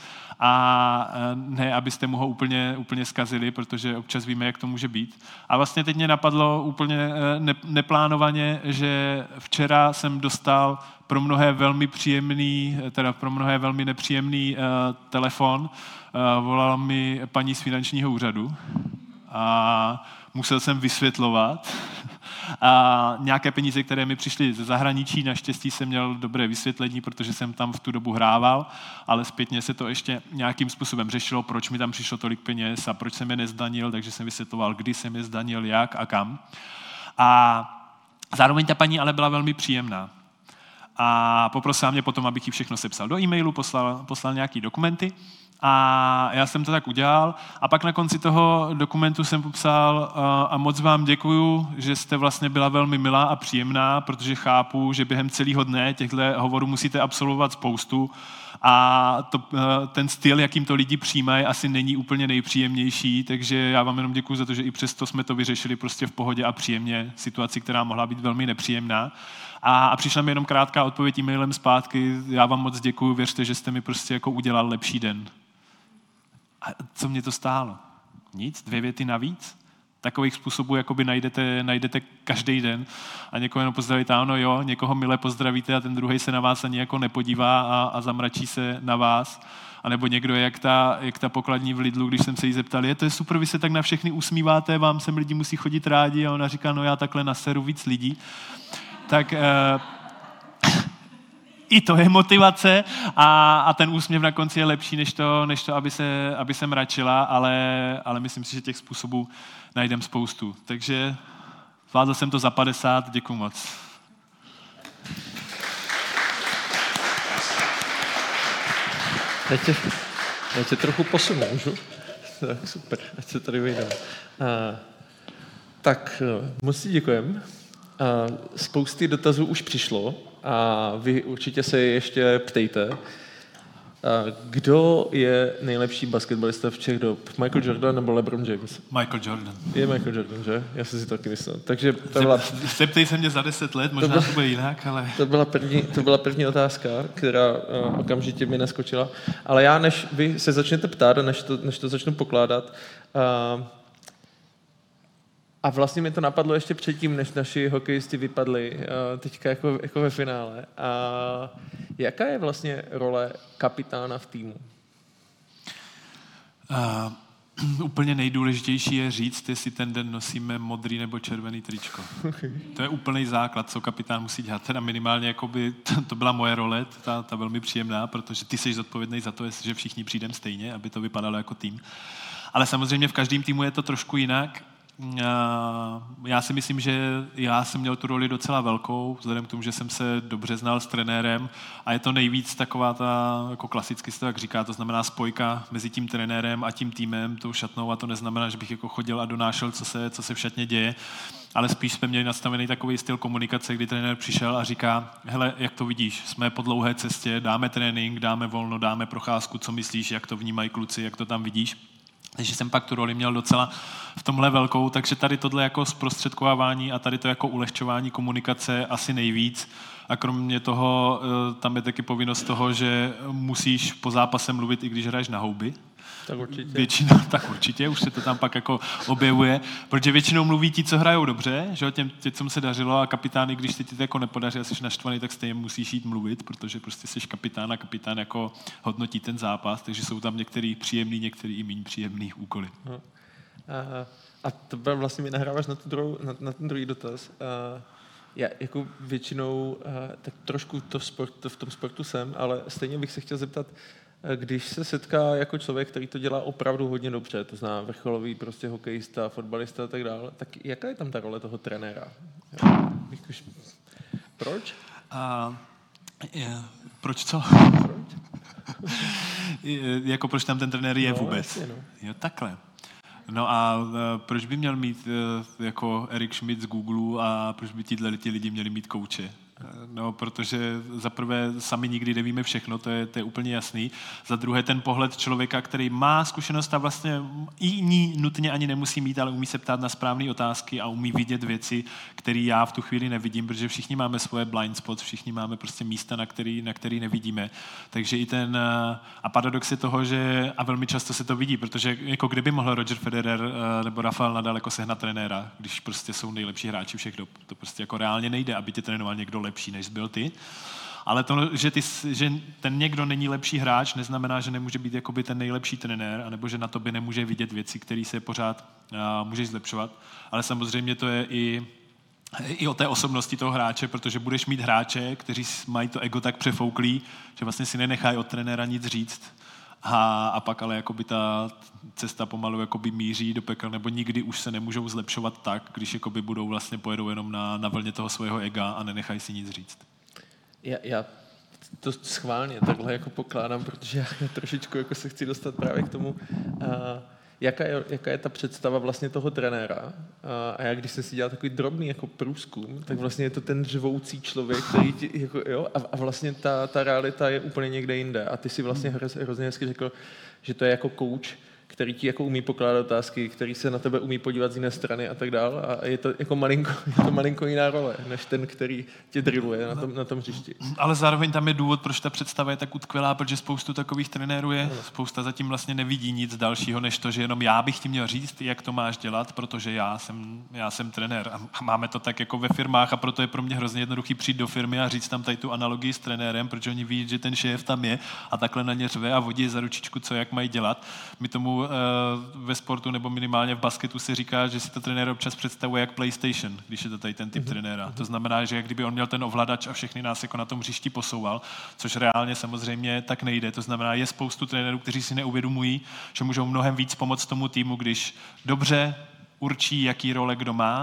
Speaker 2: a ne, abyste mu ho úplně, úplně zkazili, protože občas víme, jak to může být. A vlastně teď mě napadlo úplně ne, neplánovaně, že včera jsem dostal pro mnohé velmi příjemný, teda pro mnohé velmi nepříjemný uh, telefon. Uh, volala mi paní z finančního úřadu a musel jsem vysvětlovat. A nějaké peníze, které mi přišly ze zahraničí, naštěstí jsem měl dobré vysvětlení, protože jsem tam v tu dobu hrával, ale zpětně se to ještě nějakým způsobem řešilo, proč mi tam přišlo tolik peněz a proč jsem je nezdanil, takže jsem vysvětloval, kdy jsem je zdanil, jak a kam. A zároveň ta paní ale byla velmi příjemná. A poprosila mě potom, abych jí všechno sepsal do e-mailu, poslal, poslal nějaký dokumenty a já jsem to tak udělal a pak na konci toho dokumentu jsem popsal a moc vám děkuju, že jste vlastně byla velmi milá a příjemná, protože chápu, že během celého dne těchto hovorů musíte absolvovat spoustu a to, ten styl, jakým to lidi přijímají, asi není úplně nejpříjemnější, takže já vám jenom děkuju za to, že i přesto jsme to vyřešili prostě v pohodě a příjemně, situaci, která mohla být velmi nepříjemná. A, a přišla mi jenom krátká odpověď e-mailem zpátky, já vám moc děkuju, věřte, že jste mi prostě jako udělal lepší den. A co mě to stálo? Nic? Dvě věty navíc? Takových způsobů jakoby najdete, najdete každý den a někoho jenom pozdravíte, ano jo, někoho milé pozdravíte a ten druhý se na vás ani jako nepodívá a, a zamračí se na vás. A nebo někdo je jak ta, jak ta pokladní v Lidlu, když jsem se jí zeptal, je to je super, vy se tak na všechny usmíváte, vám sem lidi musí chodit rádi a ona říká, no já takhle naseru víc lidí. Tak uh, i to je motivace a, a ten úsměv na konci je lepší, než to, než to aby, se, aby se mračila, ale, ale myslím si, že těch způsobů najdem spoustu. Takže Zvládl jsem to za padesát, děkuju moc.
Speaker 1: Já tě, já tě trochu posunu, můžu? Tak super, ať se tady vyjdeme. Uh, tak moc ti děkujem. Uh, spousty dotazů už přišlo a vy určitě se ještě ptejte. Uh, kdo je nejlepší basketbalista všech dob? Michael Jordan nebo LeBron James?
Speaker 2: Michael Jordan.
Speaker 1: Je Michael Jordan, že? Já jsem si to taky myslel. Takže to byla...
Speaker 2: Zeptej se mě za deset let, možná to, byla, to bude jinak, ale...
Speaker 1: To byla první, to byla první otázka, která uh, okamžitě mi naskočila. Ale já, než vy se začnete ptát, než to, než to začnu pokládat, uh, a vlastně mi to napadlo ještě předtím, než naši hokejisti vypadli uh, teďka jako, jako ve finále. A jaká je vlastně role kapitána v týmu?
Speaker 2: Uh, úplně nejdůležitější je říct, jestli ten den nosíme modrý nebo červený tričko. Okay. To je úplný základ, co kapitán musí dělat. Teda minimálně jakoby, to, to byla moje role, ta, ta velmi příjemná, protože ty jsi zodpovědný za to, že všichni přijdeme stejně, aby to vypadalo jako tým. Ale samozřejmě v každém týmu je to trošku jinak. Já si myslím, že já jsem měl tu roli docela velkou, vzhledem k tomu, že jsem se dobře znal s trenérem a je to nejvíc taková ta, jako klasicky se to tak říká, to znamená spojka mezi tím trenérem a tím týmem, tou šatnou, a to neznamená, že bych jako chodil a donášel, co se, co se v šatně děje, ale spíš jsme měli nastavený takový styl komunikace, kdy trenér přišel a říká, hele, jak to vidíš, jsme po dlouhé cestě, dáme trénink, dáme volno, dáme procházku, co myslíš, jak to vnímají kluci, jak to tam vidíš. Takže jsem pak tu roli měl docela v tomhle velkou, takže tady tohle jako zprostředkovávání a tady to jako ulehčování komunikace asi nejvíc. A kromě toho tam je taky povinnost toho, že musíš po zápase mluvit, i když hraješ na houby.
Speaker 1: Tak určitě.
Speaker 2: Většinou, tak určitě, už se to tam pak jako objevuje, protože většinou mluví ti, co hrajou dobře, že těm, těm, co se dařilo, a kapitán, i když se ti to jako nepodaří a jsi naštvaný, tak stejně musíš jít mluvit, protože prostě jsi kapitán a kapitán jako hodnotí ten zápas, takže jsou tam některý příjemný, některý i méně příjemný úkoly.
Speaker 1: No. A, a to vlastně mi nahráváš na, tu druhou, na, na ten druhý dotaz. A já jako většinou, tak trošku to sport, to v tom sportu jsem, ale stejně bych se chtěl zeptat, když se setká jako člověk, který to dělá opravdu hodně dobře, to znamená vrcholový prostě hokejista, fotbalista a tak dále, tak jaká je tam ta role toho trenéra? Proč?
Speaker 2: Uh, yeah. Proč co?
Speaker 1: Proč?
Speaker 2: Jako proč tam ten trenér je
Speaker 1: no,
Speaker 2: vůbec?
Speaker 1: Jasně, no.
Speaker 2: Jo, takhle. No a uh, proč by měl mít uh, jako Erik Schmidt z Google a proč by tíhle ti lidi měli mít kouče? No, protože za prvé sami nikdy nevíme všechno, to je, to je úplně jasný. Za druhé ten pohled člověka, který má zkušenost a vlastně i ní nutně ani nemusí mít, ale umí se ptát na správné otázky a umí vidět věci, které já v tu chvíli nevidím, protože všichni máme svoje blind spots, všichni máme prostě místa, na který, na který nevidíme. Takže i ten, a paradox je toho, že, a velmi často se to vidí, protože jako kdyby mohl Roger Federer nebo Rafael Nadal jako sehnat trenéra, když prostě jsou nejlepší hráči všech dob. To prostě jako reálně nejde, aby tě trénoval někdo lepší, než byl ty. Ale to, že, ty, že ten někdo není lepší hráč, neznamená, že nemůže být jakoby ten nejlepší trenér, anebo že na tobě nemůže vidět věci, které se pořád uh, můžeš zlepšovat. Ale samozřejmě to je i, i o té osobnosti toho hráče, protože budeš mít hráče, kteří mají to ego tak přefouklý, že vlastně si nenechají od trenéra nic říct. A, a pak ale jakoby ta cesta pomalu jakoby míří do pekel, nebo nikdy už se nemůžou zlepšovat tak, když jakoby budou vlastně pojedou jenom na, na vlně toho svého ega a nenechají si nic říct.
Speaker 1: Já, já to schválně takhle jako pokládám, protože já trošičku jako se chci dostat právě k tomu, uh, jaká, je, jaká je ta představa vlastně toho trenéra. Uh, a já když jsem si dělal takový drobný jako průzkum, tak vlastně je to ten řvoucí člověk, který ti, jako, jo, a, a vlastně ta, ta realita je úplně někde jinde. A ty si vlastně hroz, hrozně hezky řekl, že to je jako coach, který ti jako umí pokládat otázky, který se na tebe umí podívat z jiné strany a tak dál. A je to jako malinko, je to malinko jiná role, než ten, který tě drilluje na tom, na tom hřišti.
Speaker 2: Ale zároveň tam je důvod, proč ta představa je tak utkvělá, protože spoustu takových trenérů je, spousta zatím vlastně nevidí nic dalšího, než to, že jenom já bych ti měl říct, jak to máš dělat, protože já jsem, já jsem trenér. A máme to tak jako ve firmách a proto je pro mě hrozně jednoduchý přijít do firmy a říct tam tady tu analogii s trenérem, protože oni ví, že ten šéf tam je a takhle na ně řve a vodí za ručičku, co jak mají dělat. My tomu ve sportu nebo minimálně v basketu se říká, že si to trenér občas představuje jak PlayStation, když je to tady ten typ mm-hmm. trenéra. To znamená, že jak kdyby on měl ten ovladač a všechny nás jako na tom hřišti posouval, což reálně samozřejmě tak nejde. To znamená, je spoustu trenérů, kteří si neuvědomují, že můžou mnohem víc pomoct tomu týmu, když dobře určí, jaký role kdo má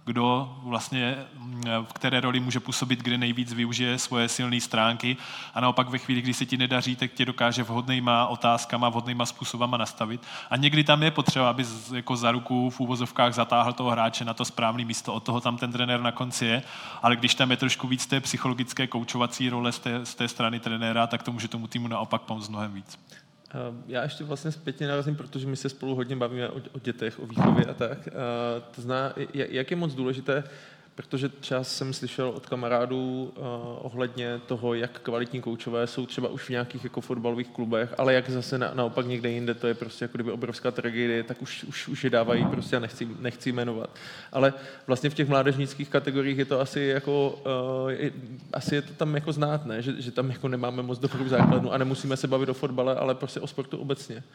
Speaker 2: kdo vlastně v které roli může působit, kde nejvíc využije svoje silné stránky a naopak ve chvíli, kdy se ti nedaří, tak tě dokáže vhodnýma otázkama, vhodnýma způsobama nastavit. A někdy tam je potřeba, aby jako za ruku v úvozovkách zatáhl toho hráče na to správné místo, od toho tam ten trenér na konci je, ale když tam je trošku víc té psychologické koučovací role z té, z té strany trenéra, tak to může tomu týmu naopak pomoct mnohem víc.
Speaker 1: Já ještě vlastně zpětně narazím, protože my se spolu hodně bavíme o, o dětech, o výchově a tak. To zná, jak je moc důležité, protože čas jsem slyšel od kamarádů uh, ohledně toho, jak kvalitní koučové jsou třeba už v nějakých jako fotbalových klubech, ale jak zase na, naopak někde jinde, to je prostě jako kdyby obrovská tragédie, tak už, už, už je dávají, prostě já nechci, nechci jmenovat. Ale vlastně v těch mládežnických kategoriích je to asi jako, uh, je, asi je to tam jako znát, ne? Že, že tam jako nemáme moc dobrou základnu a nemusíme se bavit o fotbale, ale prostě o sportu obecně.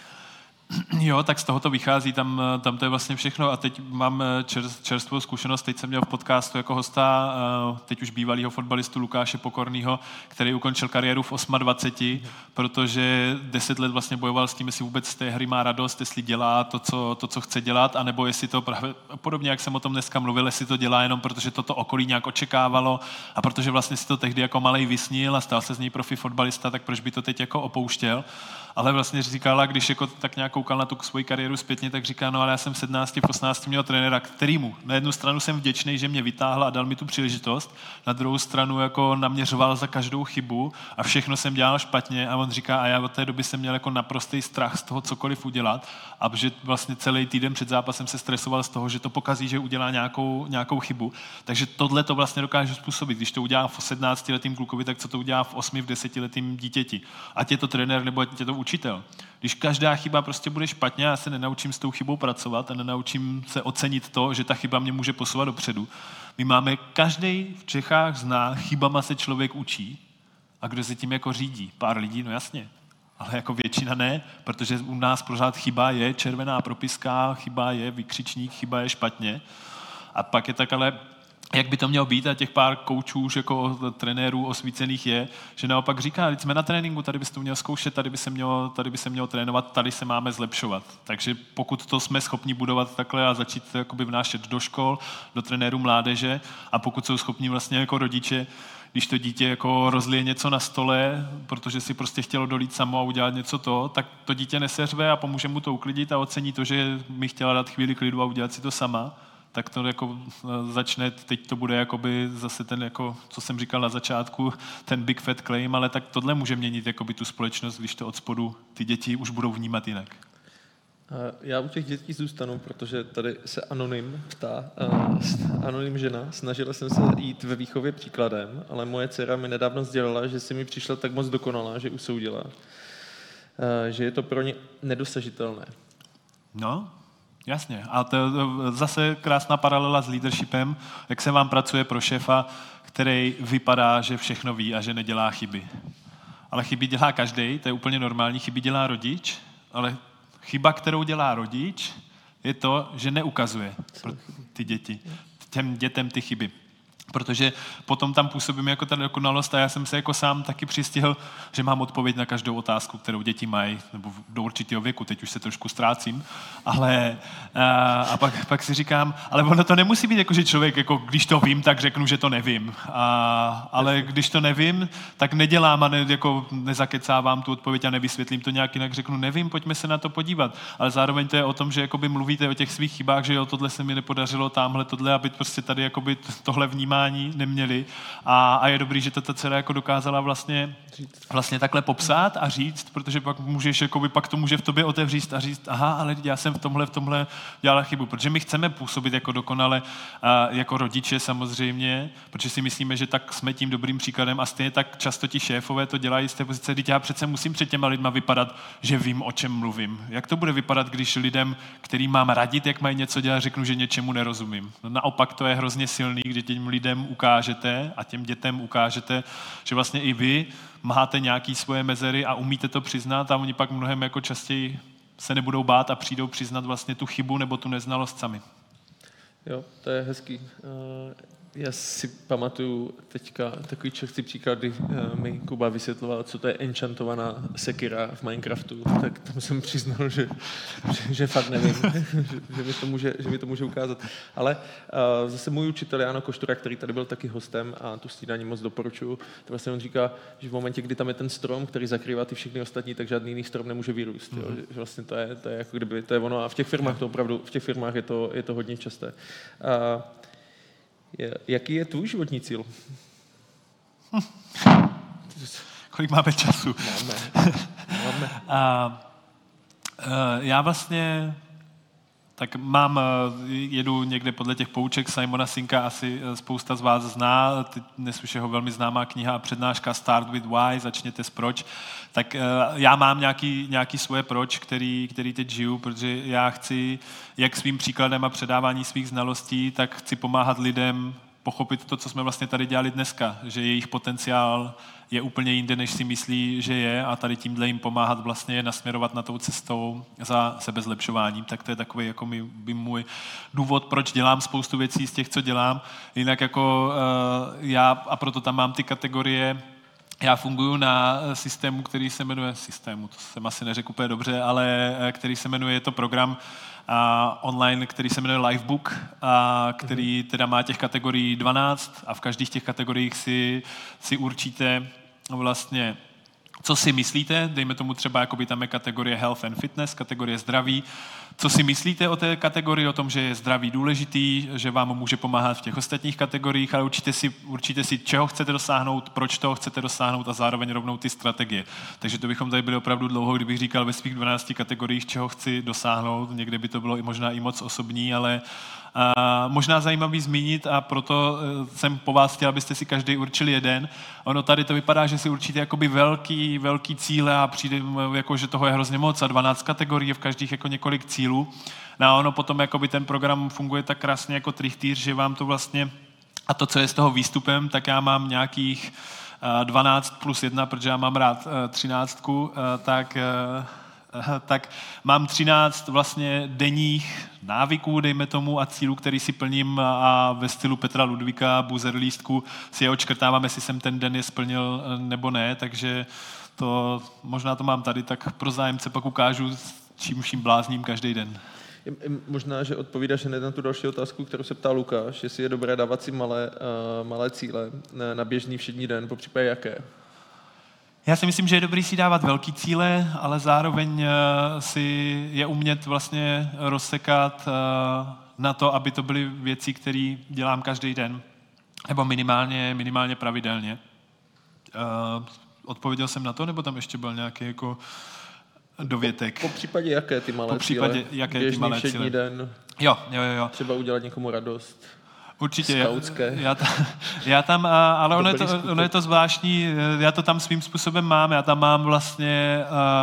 Speaker 2: Jo, tak z toho to vychází, tam, tam to je vlastně všechno a teď mám čer, čerstvou zkušenost, teď jsem měl v podcastu jako hosta, teď už bývalýho fotbalistu Lukáše Pokornýho, který ukončil kariéru v dvaceti osmi, protože deset let vlastně bojoval s tím, jestli vůbec z té hry má radost, jestli dělá to, co, to, co chce dělat, anebo jestli to právě, podobně jak jsem o tom dneska mluvil, jestli to dělá jenom protože toto okolí nějak očekávalo a protože vlastně si to tehdy jako malej vysnil a stal se z něj profi fotbalista, tak proč by to teď jako opouštěl. Ale vlastně říkala, když jako tak nějak koukal na tu svoji kariéru zpětně, tak říká, no ale já jsem v sedmnácti, v osmnácti měl trenéra, kterýmu na jednu stranu jsem vděčný, že mě vytáhl a dal mi tu příležitost, na druhou stranu jako naměřoval za každou chybu a všechno jsem dělal špatně a on říká, a já od té doby jsem měl jako naprostý strach z toho cokoliv udělat a že vlastně celý týden před zápasem se stresoval z toho, že to pokazí, že udělá nějakou, nějakou chybu. Takže tohle to vlastně dokáže způsobit. Když to udělá v sedmnáctiletým klukovi, tak co to udělá v osmi, v desetiletým dítěti. Ať je to trenér nebo ať je to učitel. Když každá chyba prostě bude špatně, já se nenaučím s tou chybou pracovat a nenaučím se ocenit to, že ta chyba mě může posouvat dopředu. My máme, každý v Čechách zná, chybama se člověk učí a kdo se tím jako řídí? Pár lidí, no jasně. Ale jako většina ne, protože u nás pořád chyba je červená propiska, chyba je vykřičník, chyba je špatně. A pak je tak ale, jak by to mělo být a těch pár koučů už jako trenérů osvícených je, že naopak říká, teď jsme na tréninku, tady bys to měl zkoušet, tady by se mělo, tady by se mělo trénovat, tady se máme zlepšovat. Takže pokud to jsme schopni budovat takhle a začít jakoby vnášet do škol, do trenérů mládeže a pokud jsou schopni vlastně jako rodiče, když to dítě jako rozlije něco na stole, protože si prostě chtělo dolít samo a udělat něco to, tak to dítě neseřve a pomůže mu to uklidit a ocení to, že mi chtěla dát chvíli klidu a udělat si to sama. Tak to jako začne, teď to bude jakoby zase ten, jako, co jsem říkal na začátku, ten big fat claim, ale tak tohle může měnit jakoby tu společnost, když to od spodu ty děti už budou vnímat jinak.
Speaker 1: Já u těch dětí zůstanu, protože tady se anonym ptá, anonym žena, snažila jsem se jít ve výchově příkladem, ale moje dcera mi nedávno sdělila, že si mi přišla tak moc dokonalá, že usoudila, že je to pro ně nedosažitelné.
Speaker 2: No, jasně. A to je zase krásná paralela s leadershipem, jak se vám pracuje pro šéfa, který vypadá, že všechno ví a že nedělá chyby. Ale chyby dělá každý, to je úplně normální, chyby dělá rodič, ale chyba, kterou dělá rodič, je to, že neukazuje pro ty děti, těm dětem ty chyby. Protože potom tam působím jako ta dokonalost a já jsem se jako sám taky přistihl, že mám odpověď na každou otázku, kterou děti mají, nebo do určitého věku, teď už se trošku ztrácím, ale a, a pak, pak si říkám, ale ono to nemusí být jako, že člověk, jako když to vím, tak řeknu, že to nevím. A, ale když to nevím, tak nedělám a ne, jako nezakecávám tu odpověď a nevysvětlím to nějak jinak, řeknu nevím, pojďme se na to podívat. Ale zároveň to je o tom, že jakoby mluvíte o těch svých chybách, že jo, tohle se mi nepodařilo, tamhle tohle, aby prostě tady jakoby tohle vnímání neměli a, a je dobrý, že to ta dcera jako dokázala vlastně, vlastně takhle popsat a říct, protože pak můžeš, jakoby, pak to může v tobě otevřít a říct, aha, ale já jsem v tomhle, v tomhle dělala chybu, protože my chceme působit jako dokonale, a jako rodiče samozřejmě, protože si myslíme, že tak jsme tím dobrým příkladem a stejně tak často ti šéfové to dělají z té pozice, když já přece musím před těma lidma vypadat, že vím, o čem mluvím. Jak to bude vypadat, když lidem, který mám radit, jak mají něco dělat, řeknu, že něčemu nerozumím. No, naopak to je hrozně silný, když těm lidem ukážete a těm dětem ukážete, že vlastně i vy máte nějaké svoje mezery a umíte to přiznat a oni pak mnohem jako častěji se nebudou bát a přijdou přiznat vlastně tu chybu nebo tu neznalost sami.
Speaker 1: Jo, to je hezký. Já si pamatuju teďka takový čerstvý příklad, kdy uh, mi Kuba vysvětloval, co to je enchantovaná sekira v Minecraftu, tak tam jsem přiznal, že, že, že fakt nevím, že, že, mi to může, že mi to může ukázat. Ale uh, zase můj učitel Jáno Koštura, který tady byl taky hostem a tu snídaní moc doporučuju, to vlastně on říká, že v momentě, kdy tam je ten strom, který zakrývá ty všechny ostatní, tak žádný jiný strom nemůže vyrůst. Mm-hmm. Jo? Že vlastně to je, to je jako kdyby, to je ono a v těch firmách to opravdu, v těch firmách je to, je to hodně časté. Uh, Jaký je tvůj životní cíl?
Speaker 2: Hm. Kolik máme času?
Speaker 1: Máme. Máme.
Speaker 2: A, uh, já vlastně tak mám, jedu někde podle těch pouček Simona Sinka, asi spousta z vás zná, dnes už jeho velmi známá kniha a přednáška Start with Why, začněte s proč. Tak já mám nějaký, nějaký svoje proč, který, který teď žiju, protože já chci, jak svým příkladem a předávání svých znalostí, tak chci pomáhat lidem pochopit to, co jsme vlastně tady dělali dneska, že jejich potenciál je úplně jinde, než si myslí, že je a tady tímhle jim pomáhat vlastně je nasměrovat na tou cestou za sebezlepšováním. Tak to je takový jako mi, by můj důvod, proč dělám spoustu věcí z těch, co dělám. Jinak jako uh, já, a proto tam mám ty kategorie, já funguji na systému, který se jmenuje, systému, to jsem asi neřekl úplně dobře, ale který se jmenuje, je to program a online, který se jmenuje Livebook, a který teda má těch kategorií dvanáct a v každých těch kategoriích si, si určíte vlastně, co si myslíte, dejme tomu třeba, jakoby tam je kategorie Health and Fitness, kategorie zdraví, co si myslíte o té kategorii, o tom, že je zdraví důležitý, že vám může pomáhat v těch ostatních kategoriích, ale určitě si, určitě si, čeho chcete dosáhnout, proč toho chcete dosáhnout a zároveň rovnou ty strategie. Takže to bychom tady byli opravdu dlouho, kdybych říkal ve svých dvanácti kategoriích, čeho chci dosáhnout. Někde by to bylo i možná i moc osobní, ale a možná zajímavý zmínit a proto jsem po vás chtěl, abyste si každý určili jeden. Ono tady to vypadá, že si určíte jakoby velký, velký cíle a přijde jako, že toho je hrozně moc a dvanáct kategorií, v každých jako několik cílů. No a ono potom jakoby ten program funguje tak krásně jako trichtýř, že vám to vlastně, a to, co je z toho výstupem, tak já mám nějakých dvanáct plus jedna, protože já mám rád třináctku, tak tak mám třináct vlastně denních návyků, dejme tomu, a cílů, který si plním a ve stylu Petra Ludvíka, buzerlístku si je odškrtávám, jestli jsem ten den je splnil nebo ne, takže to, možná to mám tady, tak pro zájemce pak ukážu, čím vším blázním každý den.
Speaker 1: Možná, že odpovídáš hned na tu další otázku, kterou se ptal Lukáš, jestli je dobré dávat si malé, uh, malé cíle na běžný všední den, popřípadě jaké?
Speaker 2: Já si myslím, že je dobrý si dávat velký cíle, ale zároveň si je umět vlastně rozsekat na to, aby to byly věci, které dělám každý den, nebo minimálně, minimálně pravidelně. Odpověděl jsem na to, nebo tam ještě byl nějaký jako dovětek?
Speaker 1: Po, po případě jaké ty malé
Speaker 2: po případě,
Speaker 1: cíle?
Speaker 2: Jaké
Speaker 1: Běžný
Speaker 2: ty malé
Speaker 1: všední
Speaker 2: cíle?
Speaker 1: den?
Speaker 2: Jo, jo, jo.
Speaker 1: Třeba udělat někomu radost.
Speaker 2: Určitě, já, já, tam, já tam, ale ono je, to, ono je to zvláštní, já to tam svým způsobem mám, já tam mám vlastně,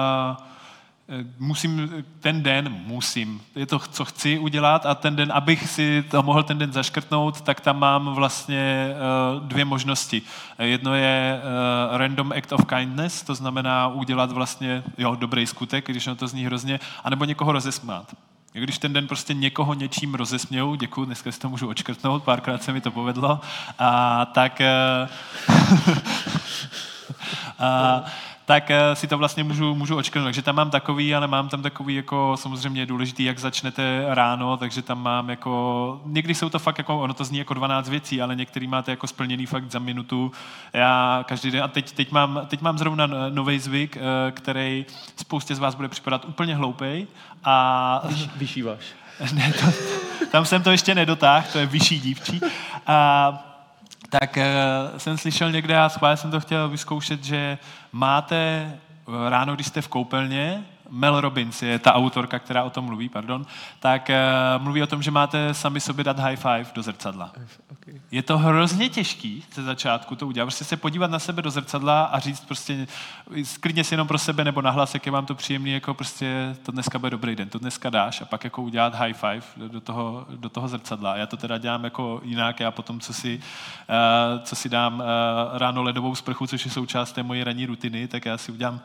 Speaker 2: uh, musím, ten den musím, je to, co chci udělat a ten den, abych si to mohl ten den zaškrtnout, tak tam mám vlastně uh, dvě možnosti. Jedno je uh, random act of kindness, to znamená udělat vlastně, jo, dobrý skutek, když ono to zní hrozně, anebo někoho rozesmát. Když ten den prostě někoho něčím rozesměju, děkuju, dneska si to můžu odškrtnout, párkrát se mi to povedlo, a tak, a, tak si to vlastně můžu, můžu odškrtnout. Takže tam mám takový, ale mám tam takový, jako samozřejmě důležitý, jak začnete ráno, takže tam mám jako, někdy jsou to fakt jako, ono to zní jako dvanáct věcí, ale některý máte jako splněný fakt za minutu. Já každý den, a teď, teď, mám, teď mám zrovna nový zvyk, který spoustě z vás bude připadat úplně hloupej. A
Speaker 1: vyšíváš.
Speaker 2: Ne, to, tam jsem to ještě nedotáhl, to je vyšší dívčí. A tak uh, jsem slyšel někde, a schválně jsem to chtěl vyzkoušet, že máte ráno, když jste v koupelně, Mel Robbins je ta autorka, která o tom mluví, pardon, tak uh, mluví o tom, že máte sami sobě dát high five do zrcadla. Okay. Je to hrozně těžký ze začátku to udělat, prostě se podívat na sebe do zrcadla a říct prostě, klidně si jenom pro sebe nebo nahlas, jak je vám to příjemný, jako prostě to dneska bude dobrý den, to dneska dáš a pak jako udělat high five do toho, do toho zrcadla. Já to teda dělám jako jinak, já potom, co si, uh, co si dám uh, ráno ledovou sprchu, což je součást té mojí ranní rutiny, tak já si udělám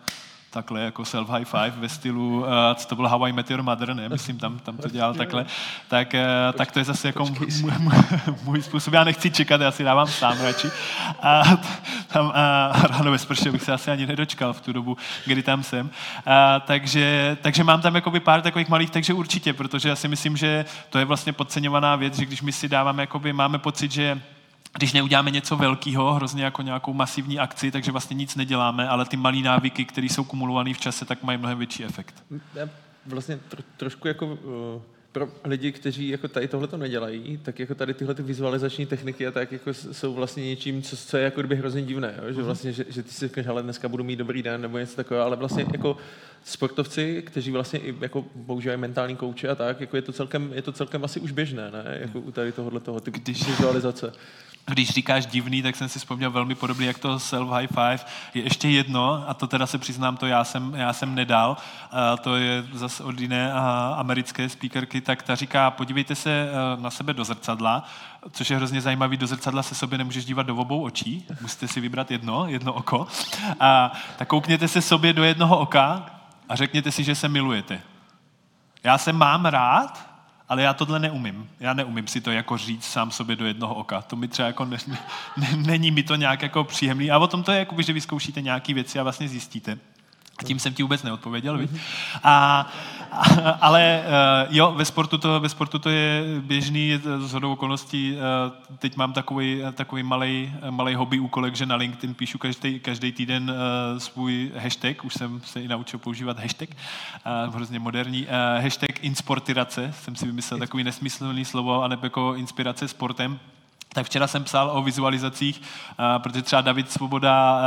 Speaker 2: takhle jako self high five ve stylu, uh, co to bylo How I Met Your Mother, ne, myslím, tam, tam to dělal takhle, tak, uh, tak to je zase jako můj, můj, můj způsob, já nechci čekat, já si dávám sám radši. A tam uh, ráno ve sprše bych se asi ani nedočkal v tu dobu, kdy tam jsem. Uh, takže, takže mám tam jakoby pár takových malých, takže určitě, protože já si myslím, že to je vlastně podceňovaná věc, že když my si dáváme, jakoby, máme pocit, že když neuděláme něco velkého, hrozně jako nějakou masivní akci, takže vlastně nic neděláme, ale ty malý návyky, které jsou kumulované v čase, tak mají mnohem větší efekt.
Speaker 1: Já vlastně tro, trošku jako uh, pro lidi, kteří jako tady tohle to nedělají, tak jako tady tyhle ty vizualizační techniky a tak jako jsou vlastně něčím, co, co je jako kdyby hrozně divné, jo? Že vlastně, že, že ty si říkáš, ale dneska budu mít dobrý den nebo něco takového, ale vlastně jako sportovci, kteří vlastně i jako používají mentální kouče a tak, jako je to celkem, je to celkem asi už běžné, ne? Jako u tady tohohle toho typu
Speaker 2: Když...
Speaker 1: vizualizace.
Speaker 2: Když říkáš divný, tak jsem si vzpomněl velmi podobný, jak to self high five. Je ještě jedno, a to teda se přiznám, to já jsem, já jsem nedal, a to je zase od jiné americké speakerky, tak ta říká, podívejte se na sebe do zrcadla, což je hrozně zajímavý, do zrcadla se sobě nemůžeš dívat do obou očí, musíte si vybrat jedno, jedno oko, a tak koukněte se sobě do jednoho oka a řekněte si, že se milujete. Já se mám rád, ale já tohle neumím. Já neumím si to jako říct sám sobě do jednoho oka. To mi třeba jako ne, ne, není mi to nějak jako příjemný. A o tom to je, jako, že vyzkoušíte nějaké věci a vlastně zjistíte. Tím jsem ti vůbec neodpověděl, víš? A, a, ale jo, ve sportu to, ve sportu to je běžný, shodou okolností. Teď mám takový, takový malej, malej hobby úkolek, že na LinkedIn píšu každý, každý týden svůj hashtag, už jsem se i naučil používat hashtag, hrozně moderní, hashtag insportirace, jsem si vymyslel takový nesmyslný slovo, anebo jako inspirace sportem. Tak včera jsem psal o vizualizacích, protože třeba David Svoboda,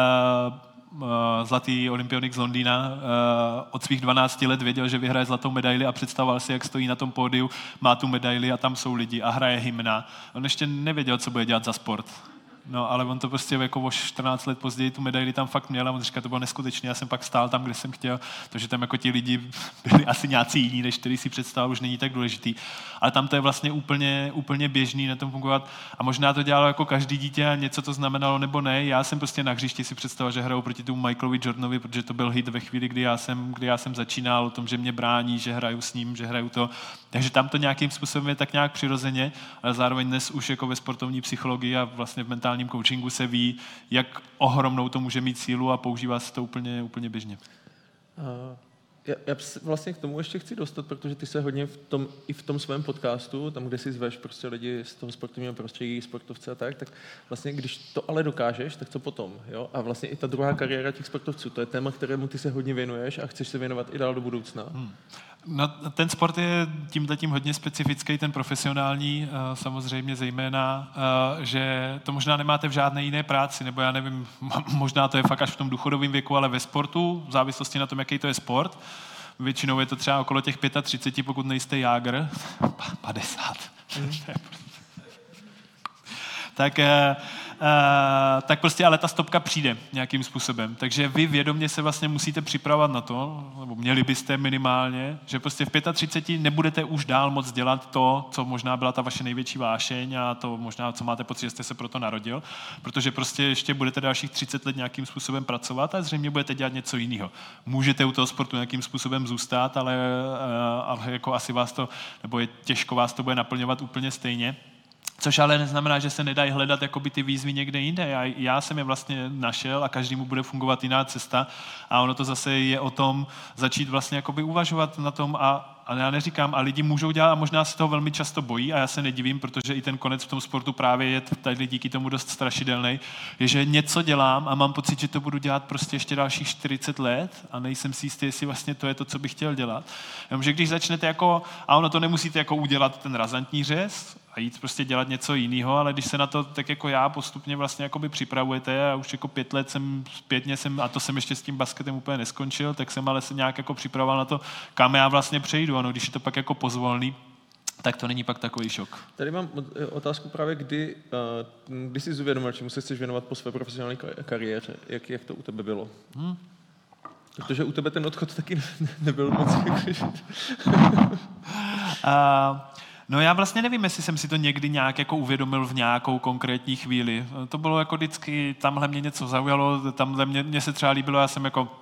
Speaker 2: zlatý olympionik z Londýna, od svých dvanácti let věděl, že vyhraje zlatou medaili a představoval si, jak stojí na tom pódiu, má tu medaili a tam jsou lidi a hraje hymna. On ještě nevěděl, co bude dělat za sport. No, ale on to prostě jako o čtrnáct let později tu medaili tam fakt měl a on říká, to bylo neskutečné, já jsem pak stál tam, kde jsem chtěl, protože tam jako ti lidi byli asi nějací jiní, než který si představoval, už není tak důležitý. Ale tam to je vlastně úplně, úplně běžný na tom fungovat a možná to dělalo jako každý dítě a něco to znamenalo nebo ne. Já jsem prostě na hřišti si představoval, že hraju proti tomu Michaelovi Jordanovi, protože to byl hit ve chvíli, kdy já jsem, kdy já jsem začínal, o tom, že mě brání, že hraju s ním, že hraju to. Takže tam to nějakým způsobem je tak nějak přirozeně, ale zároveň dnes už jako ve sportovní psychologii a vlastně v mentálním coachingu se ví, jak ohromnou to může mít sílu a používá se to úplně, úplně běžně.
Speaker 1: Uh, já, já vlastně k tomu ještě chci dostat, protože ty se hodně v tom, i v tom svém podcastu, tam, kde si zveš prostě lidi z toho sportovního prostředí, sportovce a tak, tak vlastně když to ale dokážeš, tak co potom? Jo? A vlastně i ta druhá kariéra těch sportovců, to je téma, kterému ty se hodně věnuješ a chceš se věnovat i dál do budoucna. Hmm.
Speaker 2: No, ten sport je tímhletím hodně specifický, ten profesionální, samozřejmě zejména, že to možná nemáte v žádné jiné práci, nebo já nevím, možná to je fakt až v tom důchodovém věku, ale ve sportu, v závislosti na tom, jaký to je sport, většinou je to třeba okolo těch třicet pět, pokud nejste jágr, padesát. Mm. tak, Uh, tak prostě ale ta stopka přijde nějakým způsobem. Takže vy vědomě se vlastně musíte připravovat na to, nebo měli byste minimálně, že prostě v třicet pět nebudete už dál moc dělat to, co možná byla ta vaše největší vášeň a to možná, co máte pocit, že jste se proto narodil, protože prostě ještě budete dalších třicet let nějakým způsobem pracovat a zřejmě budete dělat něco jiného. Můžete u toho sportu nějakým způsobem zůstat, ale, uh, ale jako asi vás to, nebo je těžko vás to bude naplňovat úplně stejně. Což ale neznamená, že se nedají hledat jakoby ty výzvy někde jinde. Já, já jsem je vlastně našel a každému bude fungovat jiná cesta a ono to zase je o tom začít vlastně jakoby uvažovat na tom a, a já neříkám, a lidi můžou dělat a možná se toho velmi často bojí a já se nedivím, protože i ten konec v tom sportu právě je tady díky tomu dost strašidelný, je, že něco dělám a mám pocit, že to budu dělat prostě ještě dalších čtyřicet let a nejsem si jistý, jestli vlastně to je to, co bych chtěl dělat. Jenomže když začnete jako, a ono to nemusíte jako udělat ten razantní řez, a jít prostě dělat něco jiného, ale když se na to tak jako já postupně vlastně jakoby připravujete a už jako pět let jsem zpětně jsem, a to jsem ještě s tím basketem úplně neskončil, tak jsem ale se nějak jako připravoval na to, kam já vlastně přejdu. Ano, když je to pak jako pozvolný, tak to není pak takový šok.
Speaker 1: Tady mám otázku právě, kdy, kdy jsi uvědomil, čemu se chceš věnovat po své profesionální kariéře. Jak, jak to u tebe bylo? Hmm. Protože u tebe ten odchod taky nebyl moc jako... uh,
Speaker 2: No já vlastně nevím, jestli jsem si to někdy nějak jako uvědomil v nějakou konkrétní chvíli. To bylo jako vždycky, tamhle mě něco zaujalo, tamhle mě, mě se třeba líbilo, já jsem jako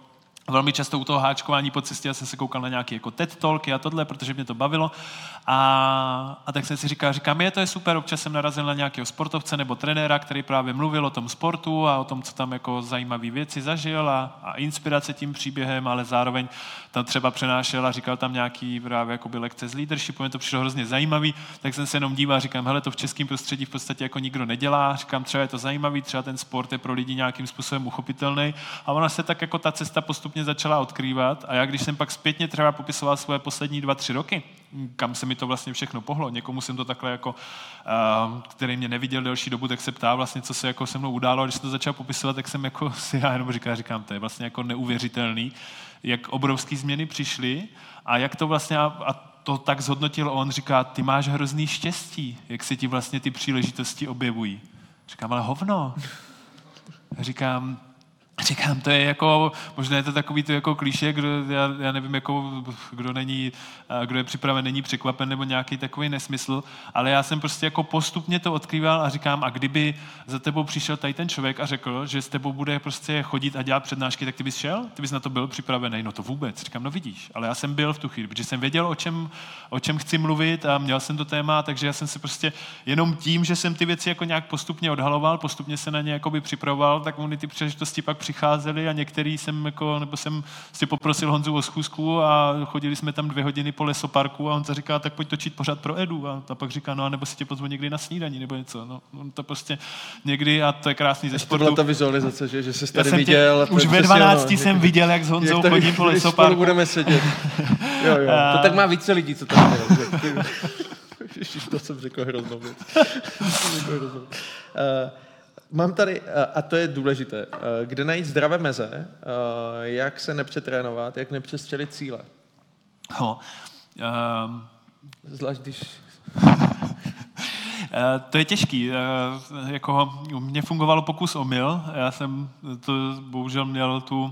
Speaker 2: velmi často u toho háčkování po cestě já jsem se koukal na nějaké jako TED Talky a tohle, protože mě to bavilo. A, a tak jsem si říkal, říkám, je to je super, občas jsem narazil na nějakého sportovce nebo trenéra, který právě mluvil o tom sportu a o tom, co tam jako zajímavé věci zažil a, a inspirace tím příběhem, ale zároveň tam třeba přenášel a říkal tam nějaký právě jakoby lekce z leadershipu, mě to přišlo hrozně zajímavý, tak jsem se jenom díval, říkám, hele, to v českém prostředí v podstatě jako nikdo nedělá, říkám, třeba je to zajímavý, třeba ten sport je pro lidi nějakým způsobem uchopitelný a ona se tak jako ta cesta postupně začala odkrývat a já když jsem pak zpětně třeba popisoval svoje poslední dva, tři roky, kam se mi to vlastně všechno pohlo, někomu jsem to takhle jako, uh, který mě neviděl delší dobu, tak se ptá vlastně, co se jako se mnou událo a když jsem to začal popisovat, tak jsem jako si já jenom říkal, říkám, to je vlastně jako neuvěřitelný, jak obrovský změny přišly a jak to vlastně, a, a to tak zhodnotil on, říká, ty máš hrozný štěstí, jak se ti vlastně ty příležitosti objevují. Říkám, ale hovno. Říkám, Říkám, to je jako, možná je to takový to jako klíše, kdo, já, já nevím, jako, kdo, není, kdo je připraven, není překvapen, nebo nějaký takový nesmysl, ale já jsem prostě jako postupně to odkrýval a říkám, a kdyby za tebou přišel tady ten člověk a řekl, že s tebou bude prostě chodit a dělat přednášky, tak ty bys šel? Ty bys na to byl připravený? No to vůbec. Říkám, no vidíš, ale já jsem byl v tu chvíli, protože jsem věděl, o čem, o čem chci mluvit a měl jsem to téma, takže já jsem si prostě jenom tím, že jsem ty věci jako nějak postupně odhaloval, postupně se na ně jakoby připravoval, tak oni ty příležitosti pak přicházeli a některý jsem jako, nebo jsem si poprosil Honzu o schůzku a chodili jsme tam dvě hodiny po lesoparku a on se říká, tak pojď točit pořád pro Edu a, a pak říká, no a nebo si tě pozvu někdy na snídaní nebo něco, no to prostě někdy a to je krásný ze sportu.
Speaker 1: To byla ta vizualizace, že, že jsi tady
Speaker 2: já
Speaker 1: viděl.
Speaker 2: Tě, už ve dvanácti jsem někdy viděl, jak s Honzou jak chodím po lesoparku.
Speaker 1: budeme sedět. Jo, jo. To tak má více lidí, co tam je. To jsem řekl hroznou věc. Mám tady, a to je důležité, kde najít zdravé meze, jak se nepřetrénovat, jak nepřestřelit cíle.
Speaker 2: No, um,
Speaker 1: Zvlášť když...
Speaker 2: To je těžký. Jako, u mě fungovalo pokus omyl. Já jsem to bohužel měl tu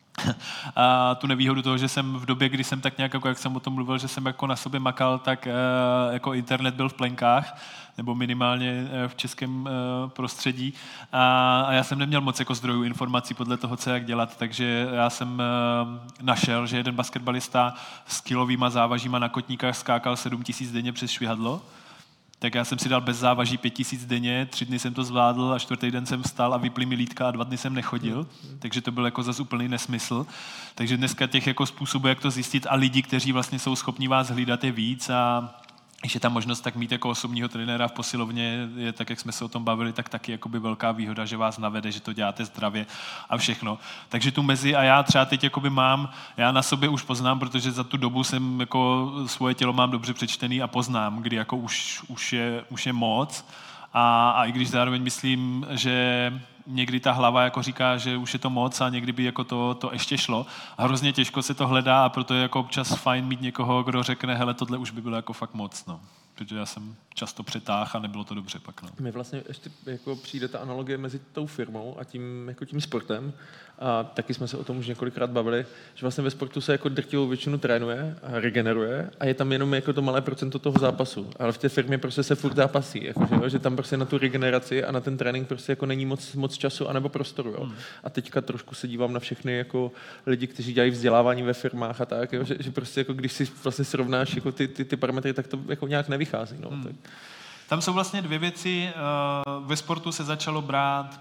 Speaker 2: a tu nevýhodu toho, že jsem v době, kdy jsem tak nějak, jako jak jsem o tom mluvil, že jsem jako na sobě makal, tak jako internet byl v plenkách, nebo minimálně v českém prostředí. A, a já jsem neměl moc jako zdrojů informací podle toho, co jak dělat, takže já jsem našel, že jeden basketbalista s kilovýma závažíma na kotníkách skákal sedm tisíc denně přes švihadlo. Tak já jsem si dal bez závaží pět tisíc denně, tři dny jsem to zvládl a čtvrtý den jsem vstal a vyply mi lítka a dva dny jsem nechodil, takže to byl jako zase úplný nesmysl. Takže dneska těch jako způsobů, jak to zjistit a lidi, kteří vlastně jsou schopní vás hlídat, je víc a když je tam možnost tak mít jako osobního trenéra v posilovně, je tak, jak jsme se o tom bavili, tak taky jakoby velká výhoda, že vás navede, že to děláte zdravě a všechno. Takže tu mezi a já třeba teď jakoby mám, já na sobě už poznám, protože za tu dobu jsem jako svoje tělo mám dobře přečtený a poznám, kdy jako už, už, je, už je moc. A, a i když zároveň myslím, že někdy ta hlava jako říká, že už je to moc a někdy by jako to, to ještě šlo. A hrozně těžko se to hledá a proto je jako občas fajn mít někoho, kdo řekne, hele, tohle už by bylo jako fakt moc, no. Protože já jsem často přetáhl a nebylo to dobře pak, no.
Speaker 1: Mi vlastně ještě jako přijde ta analogie mezi tou firmou a tím, jako tím sportem. A taky jsme se o tom už několikrát bavili, že vlastně ve sportu se jako drtivou většinu trénuje a regeneruje a je tam jenom jako to malé procento toho zápasu. Ale v té firmě prostě se furt zápasí, jako, že, že tam prostě na tu regeneraci a na ten trénink prostě jako není moc, moc času anebo prostoru. Jo. Hmm. A teďka trošku se dívám na všechny jako lidi, kteří dělají vzdělávání ve firmách a tak, jo, že, že prostě jako když si vlastně srovnáš jako ty, ty, ty parametry, tak to jako nějak nevychází. No. Hmm. Tak.
Speaker 2: Tam jsou vlastně dvě věci. Ve sportu se začalo brát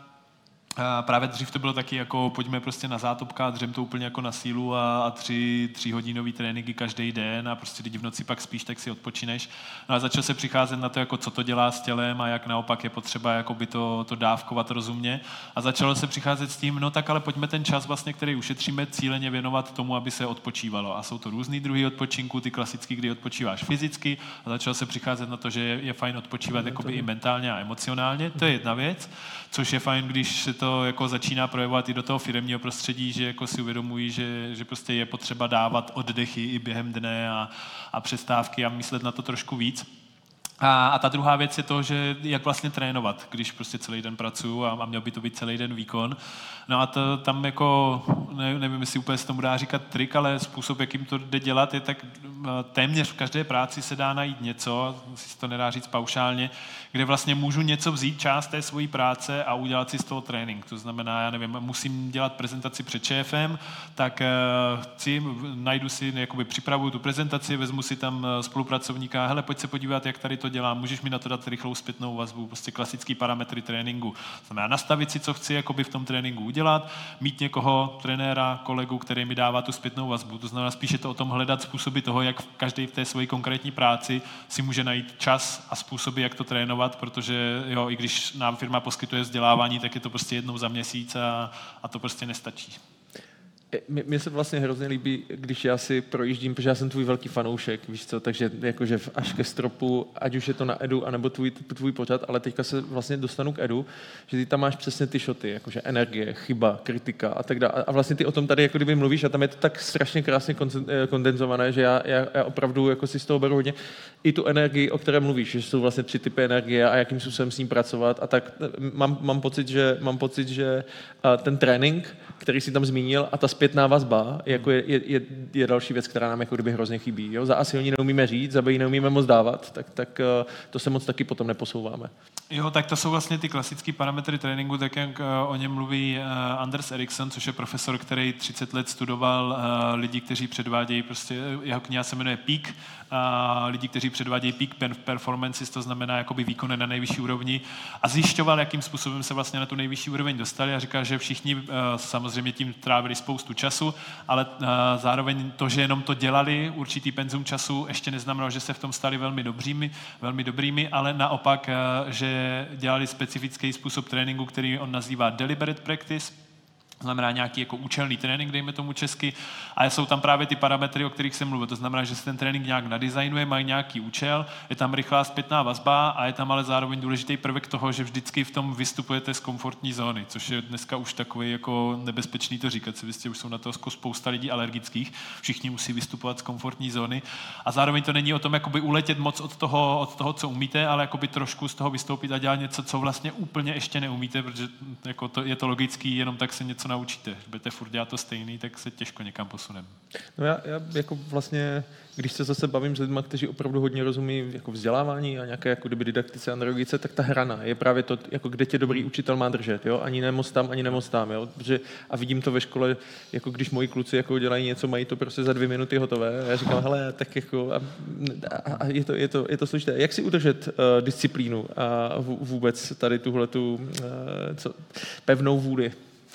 Speaker 2: právě dřív to bylo taky jako pojďme prostě na zátopka, dřem to úplně jako na sílu a, a tři, tři hodinový tréninky každý den a prostě když v noci pak spíš, tak si odpočineš. No a začal se přicházet na to, jako co to dělá s tělem a jak naopak je potřeba jakoby to, to dávkovat rozumně. A začalo se přicházet s tím, no tak ale pojďme ten čas vlastně, který ušetříme, cíleně věnovat tomu, aby se odpočívalo. A jsou to různý druhy odpočinku, ty klasický, kdy odpočíváš fyzicky a začalo se přicházet na to, že je, je fajn odpočívat jakoby i mentálně a emocionálně. To je jedna věc, což je fajn, když se to jako začíná projevovat i do toho firemního prostředí, že jako si uvědomují, že, že prostě je potřeba dávat oddechy i během dne a, a přestávky a myslet na to trošku víc. A, a ta druhá věc je to, že jak vlastně trénovat, když prostě celý den pracuju a, a měl by to být celý den výkon. No a to, tam jako, ne, nevím, jestli úplně se tomu dá říkat trik, ale způsob, jakým to jde dělat, je tak téměř v každé práci se dá najít něco, si to nedá říct paušálně, kde vlastně můžu něco vzít, část té svojí práce a udělat si z toho trénink. To znamená, já nevím, musím dělat prezentaci před šéfem, tak chci, najdu si, jakoby připravuju tu prezentaci, vezmu si tam spolupracovníka, hele, pojď se podívat, jak tady to dělám, můžeš mi na to dát rychlou zpětnou vazbu, prostě klasický parametry tréninku. To znamená nastavit si, co chci jakoby v tom tréninku udělat, mít někoho, trenéra, kolegu, který mi dává tu zpětnou vazbu. To znamená spíše to o tom hledat způsoby toho, jak každý v té své konkrétní práci si může najít čas a způsoby, jak to trénovat, protože jo, i když nám firma poskytuje vzdělávání, tak je to prostě jednou za měsíc a, a to prostě nestačí.
Speaker 1: Mně se vlastně hrozně líbí, když já si projíždím, protože já jsem tvůj velký fanoušek, víš co, takže jakože až ke stropu, ať už je to na Edu, anebo tvůj, tvůj pořad, ale teďka se vlastně dostanu k Edu, že ty tam máš přesně ty šoty, jakože energie, chyba, kritika a tak dále. A vlastně ty o tom tady jako kdyby mluvíš a tam je to tak strašně krásně kondenzované, že já, já, já opravdu jako si z toho beru hodně i tu energii, o které mluvíš, že jsou vlastně tři typy energie a jakým způsobem s ním pracovat a tak mám, mám pocit, že, mám pocit, že ten trénink, který jsi tam zmínil a ta zpětná vazba jako je, je, je další věc, která nám jako kdyby hrozně chybí. Jo? Za A silní neumíme říct, za B neumíme moc dávat, tak, tak to se moc taky potom neposouváme.
Speaker 2: Jo, tak to jsou vlastně ty klasické parametry tréninku, tak jak o něm mluví Anders Ericsson, což je profesor, který třicet let studoval lidi, kteří předvádějí, prostě jeho kniha se jmenuje Peak, a lidi, kteří předvádějí peak performances, to znamená jakoby výkony na nejvyšší úrovni a zjišťoval, jakým způsobem se vlastně na tu nejvyšší úroveň dostali a říká, že všichni samozřejmě tím trávili spoustu času, ale zároveň to, že jenom to dělali, určitý penzum času, ještě neznamenalo, že se v tom stali velmi dobrými, velmi dobrými, ale naopak, že dělali specifický způsob tréninku, který on nazývá deliberate practice, znamená nějaký jako účelný trénink, dejme tomu česky, a jsou tam právě ty parametry, o kterých jsem mluvil. To znamená, že se ten trénink nějak nadizajnuje, má nějaký účel, je tam rychlá zpětná vazba a je tam ale zároveň důležitý prvek toho, že vždycky v tom vystupujete z komfortní zóny, což je dneska už takový jako nebezpečný to říkat, si vystě, už jsou na to spousta lidí alergických, všichni musí vystupovat z komfortní zóny a zároveň to není o tom jakoby uletět moc od toho, od toho, co umíte, ale jakoby trošku z toho vystoupit a dělat něco, co vlastně úplně ještě neumíte, protože jako to, je to logický, jenom tak se něco naučíte. Když budete furt dělat to stejný, tak se těžko někam posuneme.
Speaker 1: No já, já jako vlastně, když se zase bavím s lidmi, kteří opravdu hodně rozumí jako vzdělávání a nějaké jako kdyby didaktice a analogice, tak ta hrana je právě to, jako kde tě dobrý učitel má držet, jo? Ani nemoc tam, ani nemoc tam, jo? Protože, a vidím to ve škole, jako když moji kluci jako dělají něco, mají to prostě za dvě minuty hotové. A já říkám, hele, tak jako a, a je to, je to, je to složité. Jak si udržet uh, disciplínu a vůbec tady tuhletu uh, co, pevnou vůli?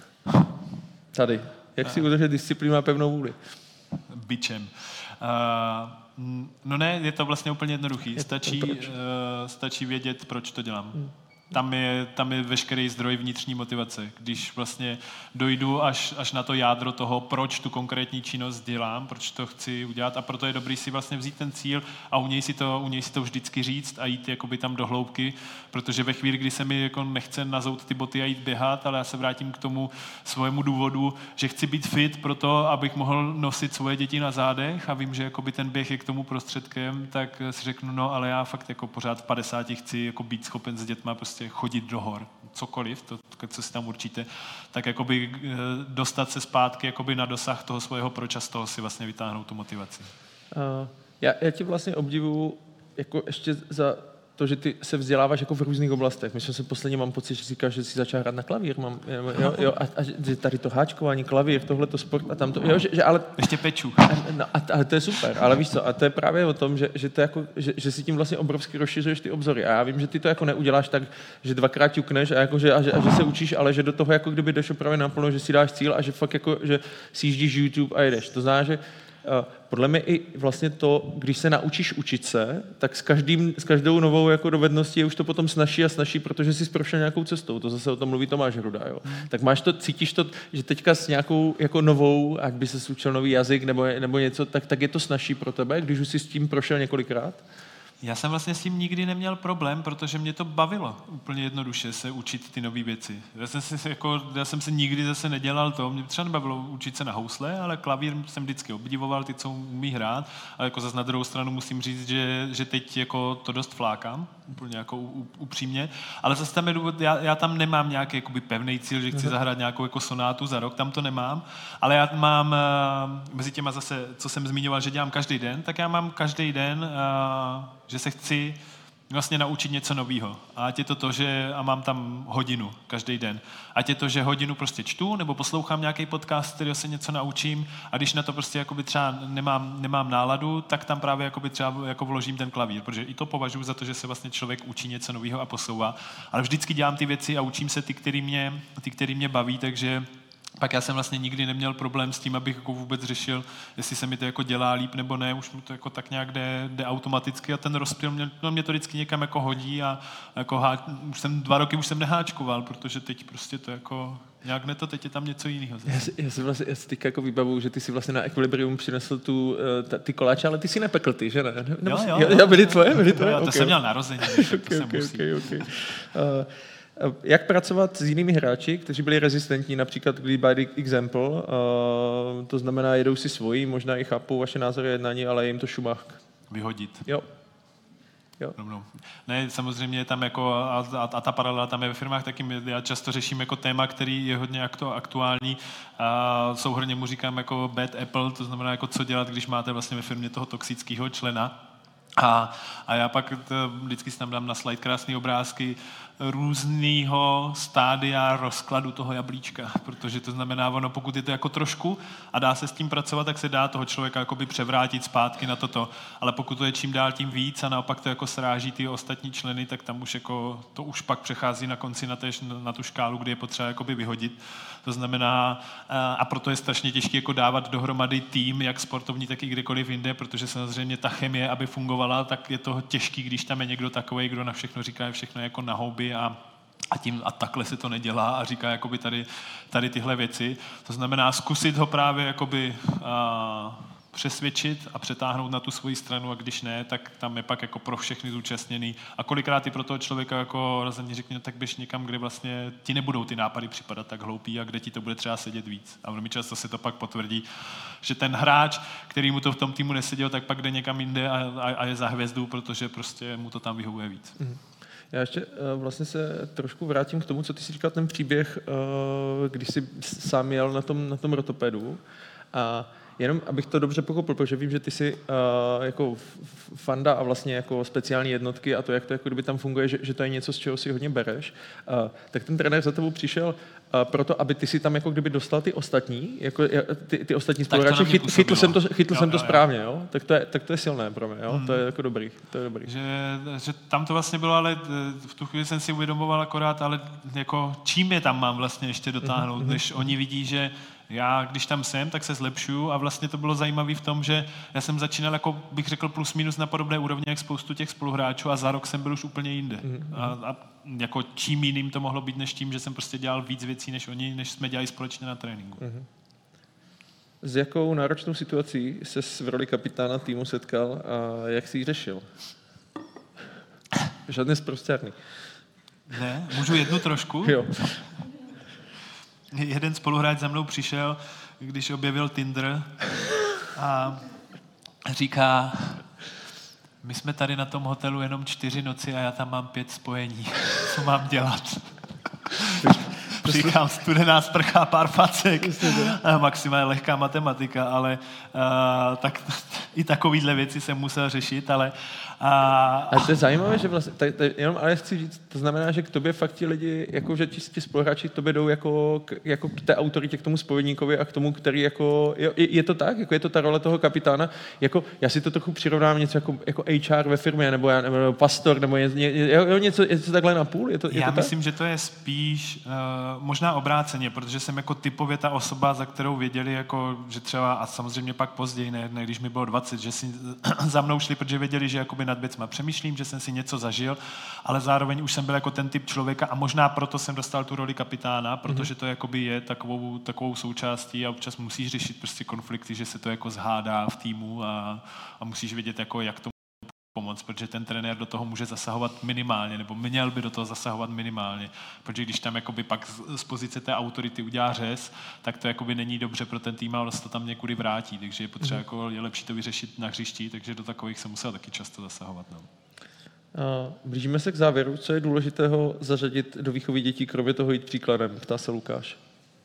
Speaker 1: Tady. Jak si udržet disciplínu a pevnou vůli?
Speaker 2: Bičem. Uh, no ne, je to vlastně úplně jednoduchý. Stačí, uh, stačí vědět, proč to dělám. Hmm. Tam je, tam je veškerý zdroj vnitřní motivace. Když vlastně dojdu až, až na to jádro toho, proč tu konkrétní činnost dělám, proč to chci udělat a proto je dobrý si vlastně vzít ten cíl a u něj si to, u něj si to vždycky říct a jít jakoby tam do hloubky, protože ve chvíli, kdy se mi jako nechce nazout ty boty a jít běhat, ale já se vrátím k tomu svojemu důvodu, že chci být fit proto, abych mohl nosit svoje děti na zádech a vím, že jakoby ten běh je k tomu prostředkem, tak si řeknu, no ale já fakt jako pořád v padesáti chci jako být schopen s dětma prostě chodit do hor, cokoliv, to, co si tam určíte, tak jakoby dostat se zpátky jakoby na dosah toho svého proč a z toho si vlastně vytáhnout tu motivaci. Uh,
Speaker 1: já, já tě vlastně obdivuju jako ještě za to, že ty se vzděláváš jako v různých oblastech. Myslím si posledně mám pocit, že říkáš, že jsi začal hrát na klavír. Mám, jo, jo, a, a že tady to háčkování, klavír, tohleto sport a tamto. Jo, že, že, ale,
Speaker 2: ještě peču.
Speaker 1: A, no, a, a to je super, ale víš co, a to je právě o tom, že, že, to jako, že, že si tím vlastně obrovsky rozšiřuješ ty obzory. A já vím, že ty to jako neuděláš tak, že dvakrát ťukneš a, jako, že, a, že, a že se učíš, ale že do toho jako kdyby jdeš opravdu naplno, že si dáš cíl a že fakt jako, že si jíždíš YouTube a jdeš. To znamená, že podle mě i vlastně to, když se naučíš učit se, tak s, každým, s každou novou jako dovedností je už to potom snaží a snaží, protože jsi prošel nějakou cestou. To zase o tom mluví Tomáš Hruda. Jo. Hmm. Tak máš to, cítíš to, že teďka s nějakou jako novou, ať by se učil nový jazyk nebo, nebo něco, tak, tak je to snaží pro tebe, když už jsi s tím prošel několikrát?
Speaker 2: Já jsem vlastně s tím nikdy neměl problém, protože mě to bavilo úplně jednoduše se učit ty nové věci. Já jsem, si, jako, já jsem se nikdy zase nedělal to, mě třeba nebavilo učit se na housle, ale klavír jsem vždycky obdivoval, ty, co umí hrát, ale jako zase na druhou stranu musím říct, že, že teď jako to dost flákám, úplně jako upřímně, ale zase tam je důvod, já, já tam nemám nějaký jakoby pevný cíl, že chci zahrát nějakou jako sonátu za rok, tam to nemám, ale já mám mezi těma zase, co jsem zmiňoval, že dělám každý den, tak já mám každý den, že se chci vlastně naučit něco nového. A ať je to to, že a mám tam hodinu každý den. Ať je to, že hodinu prostě čtu, nebo poslouchám nějaký podcast, kterého se něco naučím, a když na to prostě jakoby třeba nemám, nemám náladu, tak tam právě jakoby třeba jako vložím ten klavír, protože i to považuji za to, že se vlastně člověk učí něco nového a posouvá. Ale vždycky dělám ty věci a učím se ty, který mě, ty, který mě baví, takže pak já jsem vlastně nikdy neměl problém s tím, abych jako vůbec řešil, jestli se mi to jako dělá líp nebo ne, už mi to jako tak nějak jde, jde automaticky a ten rozptyl, mě, no mě to vždycky někam jako hodí a jako há, už jsem dva roky už jsem neháčkoval, protože teď prostě to jako nějak ne to, teď je tam něco jiného.
Speaker 1: Já si, já si vlastně, já si teď jako vybavuju, že ty si vlastně na Equilibrium přinesl tu, ta, ty koláče, ale ty si nepekl ty, že ne?
Speaker 2: Nebo
Speaker 1: jo, jo, jo, byly tvoje, byly tvoje.
Speaker 2: Jo, to
Speaker 1: okay.
Speaker 2: jsem měl narozeniny, okay, to
Speaker 1: okay,
Speaker 2: jsem
Speaker 1: okay,
Speaker 2: musí.
Speaker 1: okay, okay. Uh, Jak pracovat s jinými hráči, kteří byli rezistentní, například Lead by Example, uh, to znamená, jedou si svojí, možná i chápou vaše názory jednání, ale je jim to šumák.
Speaker 2: Vyhodit.
Speaker 1: Jo. Jo.
Speaker 2: No, no. Ne, samozřejmě je tam jako, a, a, a ta paralela tam je ve firmách taky, já často řeším jako téma, který je hodně aktuální, a souhrnně mu říkám jako bad apple, to znamená jako co dělat, když máte vlastně ve firmě toho toxického člena. A, a já pak to, vždycky si tam dám na slide krásné obrázky různýho stádia rozkladu toho jablíčka, protože to znamená, ono pokud je to jako trošku a dá se s tím pracovat, tak se dá toho člověka jakoby převrátit zpátky na toto, ale pokud to je čím dál tím víc a naopak to jako sráží ty ostatní členy, tak tam už jako, to už pak přechází na konci na, té, na tu škálu, kdy je potřeba jakoby vyhodit. To znamená, a proto je strašně těžké jako dávat dohromady tým, jak sportovní, tak i kdekoliv jinde, protože samozřejmě ta chemie, aby fungovala, tak je to těžký, když tam je někdo takovej, kdo na všechno říká, všechno jako na houby a, a, tím, a takhle se to nedělá a říká jakoby tady, tady tyhle věci. To znamená zkusit ho právě jakoby a, přesvědčit a přetáhnout na tu svoji stranu a když ne, tak tam je pak jako pro všechny zúčastněný. A kolikrát i pro toho člověka jako rozhodně řekne, no, tak běž někam, kde vlastně ti nebudou ty nápady připadat tak hloupý a kde ti to bude třeba sedět víc. A velmi často se to pak potvrdí, že ten hráč, který mu to v tom týmu neseděl, tak pak jde někam jinde a, a, a je za hvězdu, protože prostě mu to tam vyhovuje víc. Mm.
Speaker 1: Já ještě uh, vlastně se trošku vrátím k tomu, co ty jsi říkal, ten příběh, uh, když jsi sám jel na tom, na tom rotopedu. A jenom, abych to dobře pochopil, protože vím, že ty jsi uh, jako fanda a vlastně jako speciální jednotky a to, jak to jako kdyby tam funguje, že, že to je něco, z čeho si hodně bereš, uh, tak ten trenér za tebou přišel uh, proto, aby ty si tam jako kdyby dostal ty ostatní, jako ty, ty ostatní spoluhráče. Chyt, chytl jsem to, chytl jo, jsem to jo, správně, jo? Tak to je, tak to je silné pro mě, jo? Hmm. To je jako dobrý, to je dobrý.
Speaker 2: Že, že tam to vlastně bylo, ale v tu chvíli jsem si uvědomoval akorát, ale jako čím je tam mám vlastně ještě dotáhnout, mm-hmm. než oni vidí, že já, když tam jsem, tak se zlepšuju a vlastně to bylo zajímavé v tom, že já jsem začínal, jako bych řekl, plus minus na podobné úrovni, jak spoustu těch spoluhráčů a za rok jsem byl už úplně jinde. Mm-hmm. A, a jako čím jiným to mohlo být, než tím, že jsem prostě dělal víc věcí, než oni, než jsme dělali společně na tréninku.
Speaker 1: Mm-hmm. S jakou náročnou situací se v roli kapitána týmu setkal a jak jsi ji řešil? Žádný zprostěrný.
Speaker 2: Ne, můžu jednu trošku?
Speaker 1: Jo.
Speaker 2: Jeden spoluhráč za mnou přišel, když objevil Tinder a říká, my jsme tady na tom hotelu jenom čtyři noci a já tam mám pět spojení. Co mám dělat? Říkám, studená sprcha, pár facek, maximálně lehká matematika, ale uh, tak i takovýhle věci jsem musel řešit, ale... Uh,
Speaker 1: a to je zajímavé, že vlastně, tady, tady, jenom ale chci říct, to znamená, že k tobě fakt ti lidi, jako, že ti, ti spoluhráči k tobě jdou jako k, jako k té autoritě, k tomu spovědníkovi a k tomu, který jako, je, je to tak, jako je to ta role toho kapitána, jako já si to trochu přirovnám něco jako, jako H R ve firmě, nebo, já, nebo pastor, nebo je, je, je, něco, je to takhle na půl? Je to, je
Speaker 2: já
Speaker 1: to
Speaker 2: myslím,
Speaker 1: tak?
Speaker 2: že to je spíš uh, možná obráceně, protože jsem jako typově ta osoba, za kterou věděli, jako, že třeba, a samozřejmě pak později, ne, ne když mi bylo dvacet, že si za mnou šli, protože věděli, že jakoby nad věcma přemýšlím, že jsem si něco zažil, ale zároveň už jsem byl jako ten typ člověka a možná proto jsem dostal tu roli kapitána, protože to jakoby je takovou, takovou součástí a občas musíš řešit prostě konflikty, že se to jako zhádá v týmu a, a musíš vědět, jako, jak to pomoct, protože ten trenér do toho může zasahovat minimálně, nebo měl by do toho zasahovat minimálně, protože když tam jakoby pak z, z pozice té autority udělá řez, tak to jakoby není dobře pro ten tým, ale se to tam někudy vrátí, takže je potřeba, mm. jako, je lepší to vyřešit na hřišti, takže do takových se musel taky často zasahovat. No.
Speaker 1: Blížíme se k závěru. Co je důležitého zařadit do výchovy dětí, kromě toho jít příkladem? Ptá se Lukáš.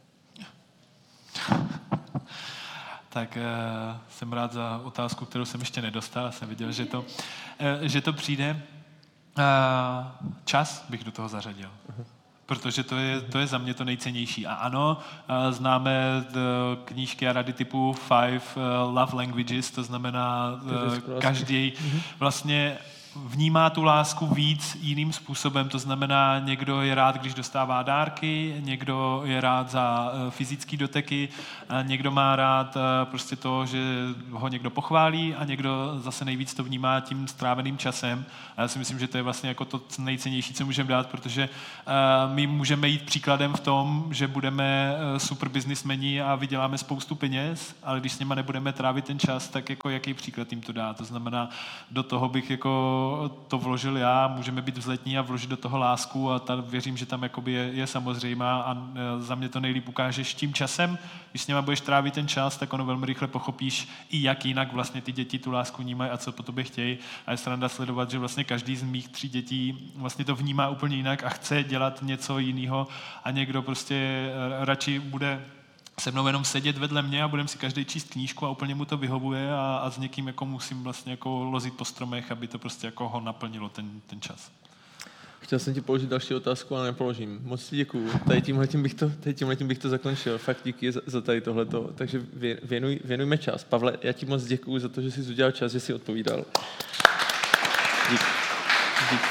Speaker 2: Tak uh, jsem rád za otázku, kterou jsem ještě nedostal. Já jsem viděl, že to, uh, že to přijde. Uh, čas bych do toho zařadil. Uh-huh. Protože to je, to je za mě to nejcennější. A ano, uh, známe knížky a rady typu Five uh, Love Languages, to znamená uh, každý vlastně vnímá tu lásku víc jiným způsobem, to znamená, někdo je rád, když dostává dárky, někdo je rád za fyzické doteky, někdo má rád prostě to, že ho někdo pochválí a někdo zase nejvíc to vnímá tím stráveným časem. A já si myslím, že to je vlastně jako to nejcennější, co můžeme dát, protože my můžeme jít příkladem v tom, že budeme super biznismeni a vyděláme spoustu peněz, ale když s nima nebudeme trávit ten čas, tak jako jaký příklad jim to dá? To znamená, do toho bych jako to vložil já, můžeme být vzletní a vložit do toho lásku a ta, věřím, že tam jakoby je, je samozřejmá a za mě to nejlíp ukážeš tím časem. Když s něma budeš trávit ten čas, tak ono velmi rychle pochopíš i jak jinak vlastně ty děti tu lásku vnímají a co po tobě chtějí. A je sranda sledovat, že vlastně každý z mých tří dětí vlastně to vnímá úplně jinak a chce dělat něco jiného a někdo prostě radši bude se mnou jenom sedět vedle mě a budeme si každý číst knížku a úplně mu to vyhovuje a, a s někým jako musím vlastně jako lozit po stromech, aby to prostě jako ho naplnilo ten, ten čas.
Speaker 1: Chtěl jsem ti položit další otázku, ale nepoložím. Moc ti děkuju. Tady tímhletím bych to, tady tímhletím bych to zakončil. Fakt díky za, za tady tohleto. Takže věnuj, věnujme čas. Pavle, já ti moc děkuju za to, že jsi udělal čas, že jsi odpovídal. Dík. Dík.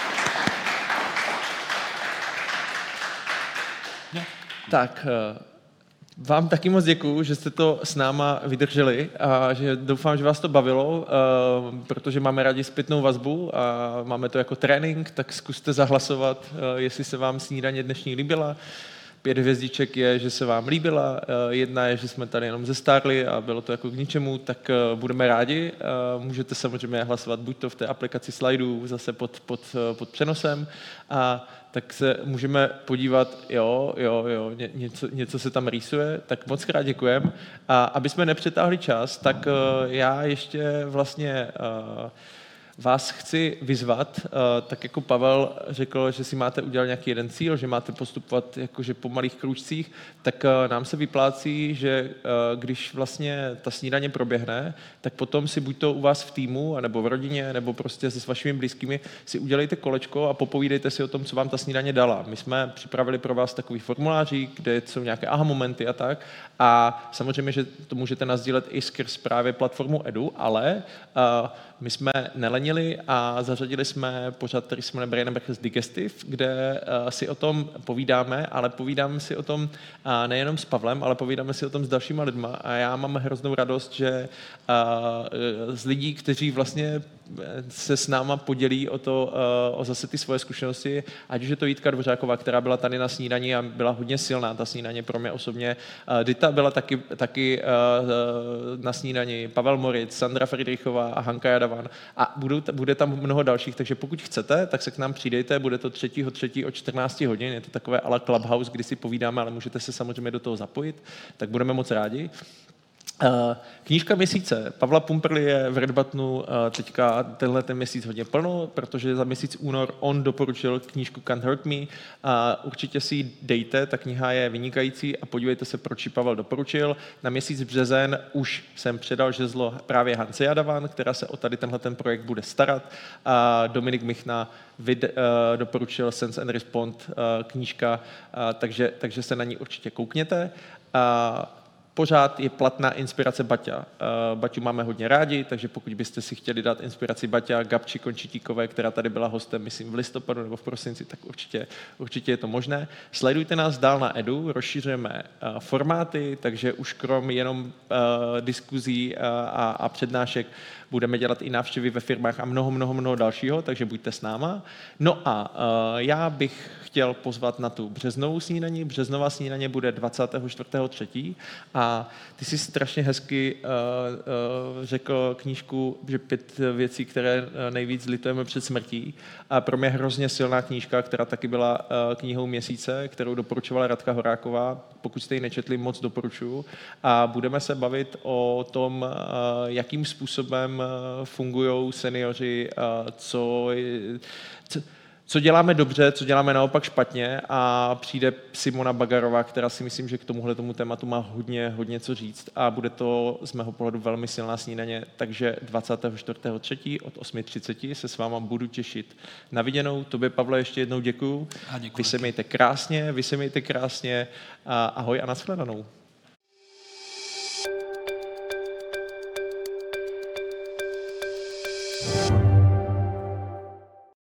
Speaker 2: Yeah.
Speaker 1: Tak, vám taky moc děkuju, že jste to s náma vydrželi a že doufám, že vás to bavilo, protože máme rádi zpětnou vazbu a máme to jako trénink, tak zkuste zahlasovat, jestli se vám snídaně dnešní líbila. Pět hvězdiček je, že se vám líbila, jedna je, že jsme tady jenom zestárli a bylo to jako k ničemu, tak budeme rádi. Můžete samozřejmě hlasovat buď to v té aplikaci slajdů, zase pod, pod, pod přenosem, a tak se můžeme podívat, jo, jo, jo, ně, něco, něco se tam rýsuje, tak moc krát děkujem. A aby jsme nepřetáhli čas, tak já ještě vlastně vás chci vyzvat, tak jako Pavel řekl, že si máte udělat nějaký jeden cíl, že máte postupovat jakože po malých kručcích, tak nám se vyplácí, že když vlastně ta snídaně proběhne, tak potom si buď to u vás v týmu, nebo v rodině, nebo prostě se s vašimi blízkými si udělejte kolečko a popovídejte si o tom, co vám ta snídaně dala. My jsme připravili pro vás takový formulářík, kde jsou nějaké aha momenty a tak. A samozřejmě, že to můžete nasdílet i skrz právě platformu Edu, ale uh, my jsme nelenili a zařadili jsme pořad, který se jmenuje Brain and Breakfast Digestive, kde uh, si o tom povídáme, ale povídáme si o tom uh, nejenom s Pavlem, ale povídáme si o tom s dalšíma lidma a já mám hroznou radost, že uh, z lidí, kteří vlastně se s náma podělí o to, uh, o zase ty svoje zkušenosti, ať už je to Jitka Dvořáková, která byla tady na snídani a byla hodně silná, ta snídaně pro mě osobně. Uh, Dita byla taky, taky uh, na snídani, Pavel Moritz, Sandra Friedrichová a Hanka Jadavan a budou, bude tam mnoho dalších, takže pokud chcete, tak se k nám přijdejte, bude to třetího třetího od čtrnáct hodin, je to takové ala Clubhouse, kdy si povídáme, ale můžete se samozřejmě do toho zapojit, tak budeme moc rádi. Knížka měsíce. Pavla Pumperly je v Red Buttonu teďka tenhle ten měsíc hodně plno, protože za měsíc únor on doporučil knížku Can't Hurt Me. Určitě si ji dejte, ta kniha je vynikající a podívejte se, proč ji Pavel doporučil. Na měsíc březen už jsem předal žezlo právě Hance Jadavan, která se o tady tenhle ten projekt bude starat. A Dominik Michna vid, uh, doporučil Sense and Respond uh, knížka, uh, takže, takže se na ní určitě koukněte. Uh, Pořád je platná inspirace Baťa. Baťu máme hodně rádi, takže pokud byste si chtěli dát inspiraci Baťa, Gabči Končitíkové, která tady byla hostem, myslím v listopadu nebo v prosinci, tak určitě, určitě je to možné. Sledujte nás dál na Edu, rozšířujeme formáty, takže už krom jenom uh, diskuzí uh, a, a přednášek budeme dělat i návštěvy ve firmách a mnoho, mnoho, mnoho dalšího, takže buďte s náma. No a uh, já bych chtěl pozvat na tu březnovou snídaní. Březnová snídaně bude dvacátého čtvrtého třetího a A ty jsi strašně hezky uh, uh, řekl knížku, že pět věcí, které nejvíc litujeme před smrtí. A pro mě hrozně silná knížka, která taky byla uh, knihou měsíce, kterou doporučovala Radka Horáková. Pokud jste ji nečetli, moc doporučuji. A budeme se bavit o tom, uh, jakým způsobem uh, fungují seniori, uh, co, co co děláme dobře, co děláme naopak špatně, a přijde Simona Bagarová, která si myslím, že k tomuhle tomu tématu má hodně, hodně co říct, a bude to z mého pohledu velmi silná snídaně, takže dvacátého čtvrtého třetího od osm třicet se s váma budu těšit. Na viděnou. Tobě, Pavle, ještě jednou děkuju.
Speaker 5: A děkuji.
Speaker 1: Vy se mějte krásně, vy se mějte krásně, a ahoj a nashledanou.